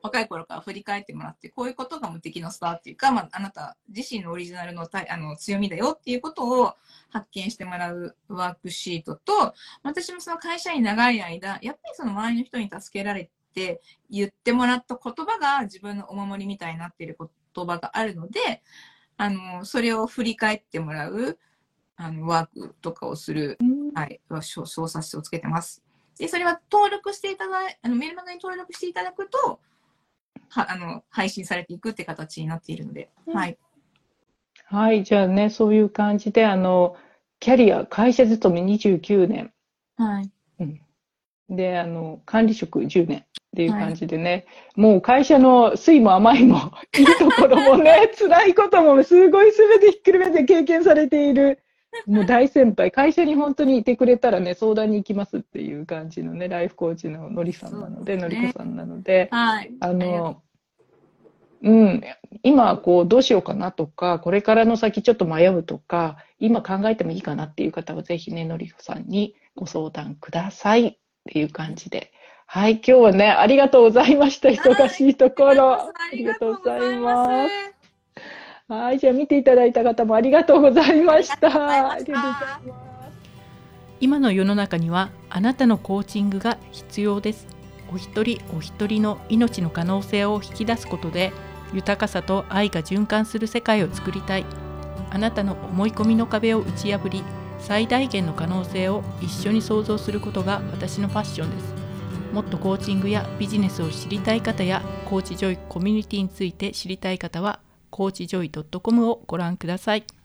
若い頃から振り返ってもらって、こういうことが無敵のスターっていうか、まあ、あなた自身のオリジナルのたあの強みだよっていうことを発見してもらうワークシートと、私もその会社に長い間、やっぱりその周りの人に助けられて言ってもらった言葉が自分のお守りみたいになっている言葉があるので、あの、それを振り返ってもらう、あの、ワークとかをする、はい、小冊子をつけてます。で、それは登録していただい、あの、メルマガに登録していただくと、は、あの、配信されていくって形になっているので、 うん、 はい。 はい、じゃあね、そういう感じで、あの、キャリア、会社勤めにじゅうきゅうねん。 はい。 うん。で、あの、管理職じゅうねんっていう感じでね、はい、もう会社の酸いも甘いも、いいところもね、辛いこともすごい全てひっくるめて経験されている、もう大先輩、会社に本当にいてくれたらね、相談に行きますっていう感じのね、ライフコーチののりさんなので、のりこさんなので、 はい。 あの、うん、今こうどうしようかなとか、これからの先ちょっと迷うとか、今考えてもいいかなっていう方はぜひね、のりこさんにご相談くださいっていう感じで。はい、今日はね、ありがとうございました。忙しいところ。 ありがとうございます。 はい、じゃあ見ていただいた方もありがとうございました。 今の世の中にはあなたのコーチングが必要です。お一人お一人の命の可能性を引き出すことで、豊かさと愛が循環する世界を作りたい。あなたの思い込みの壁を打ち破り、最大限の可能性を一緒に創造することが私のファッションです。もっとコーチングやビジネスを知りたい方や、コーチジョイコミュニティについて知りたい方は、コーチジョイドットコムをご覧ください。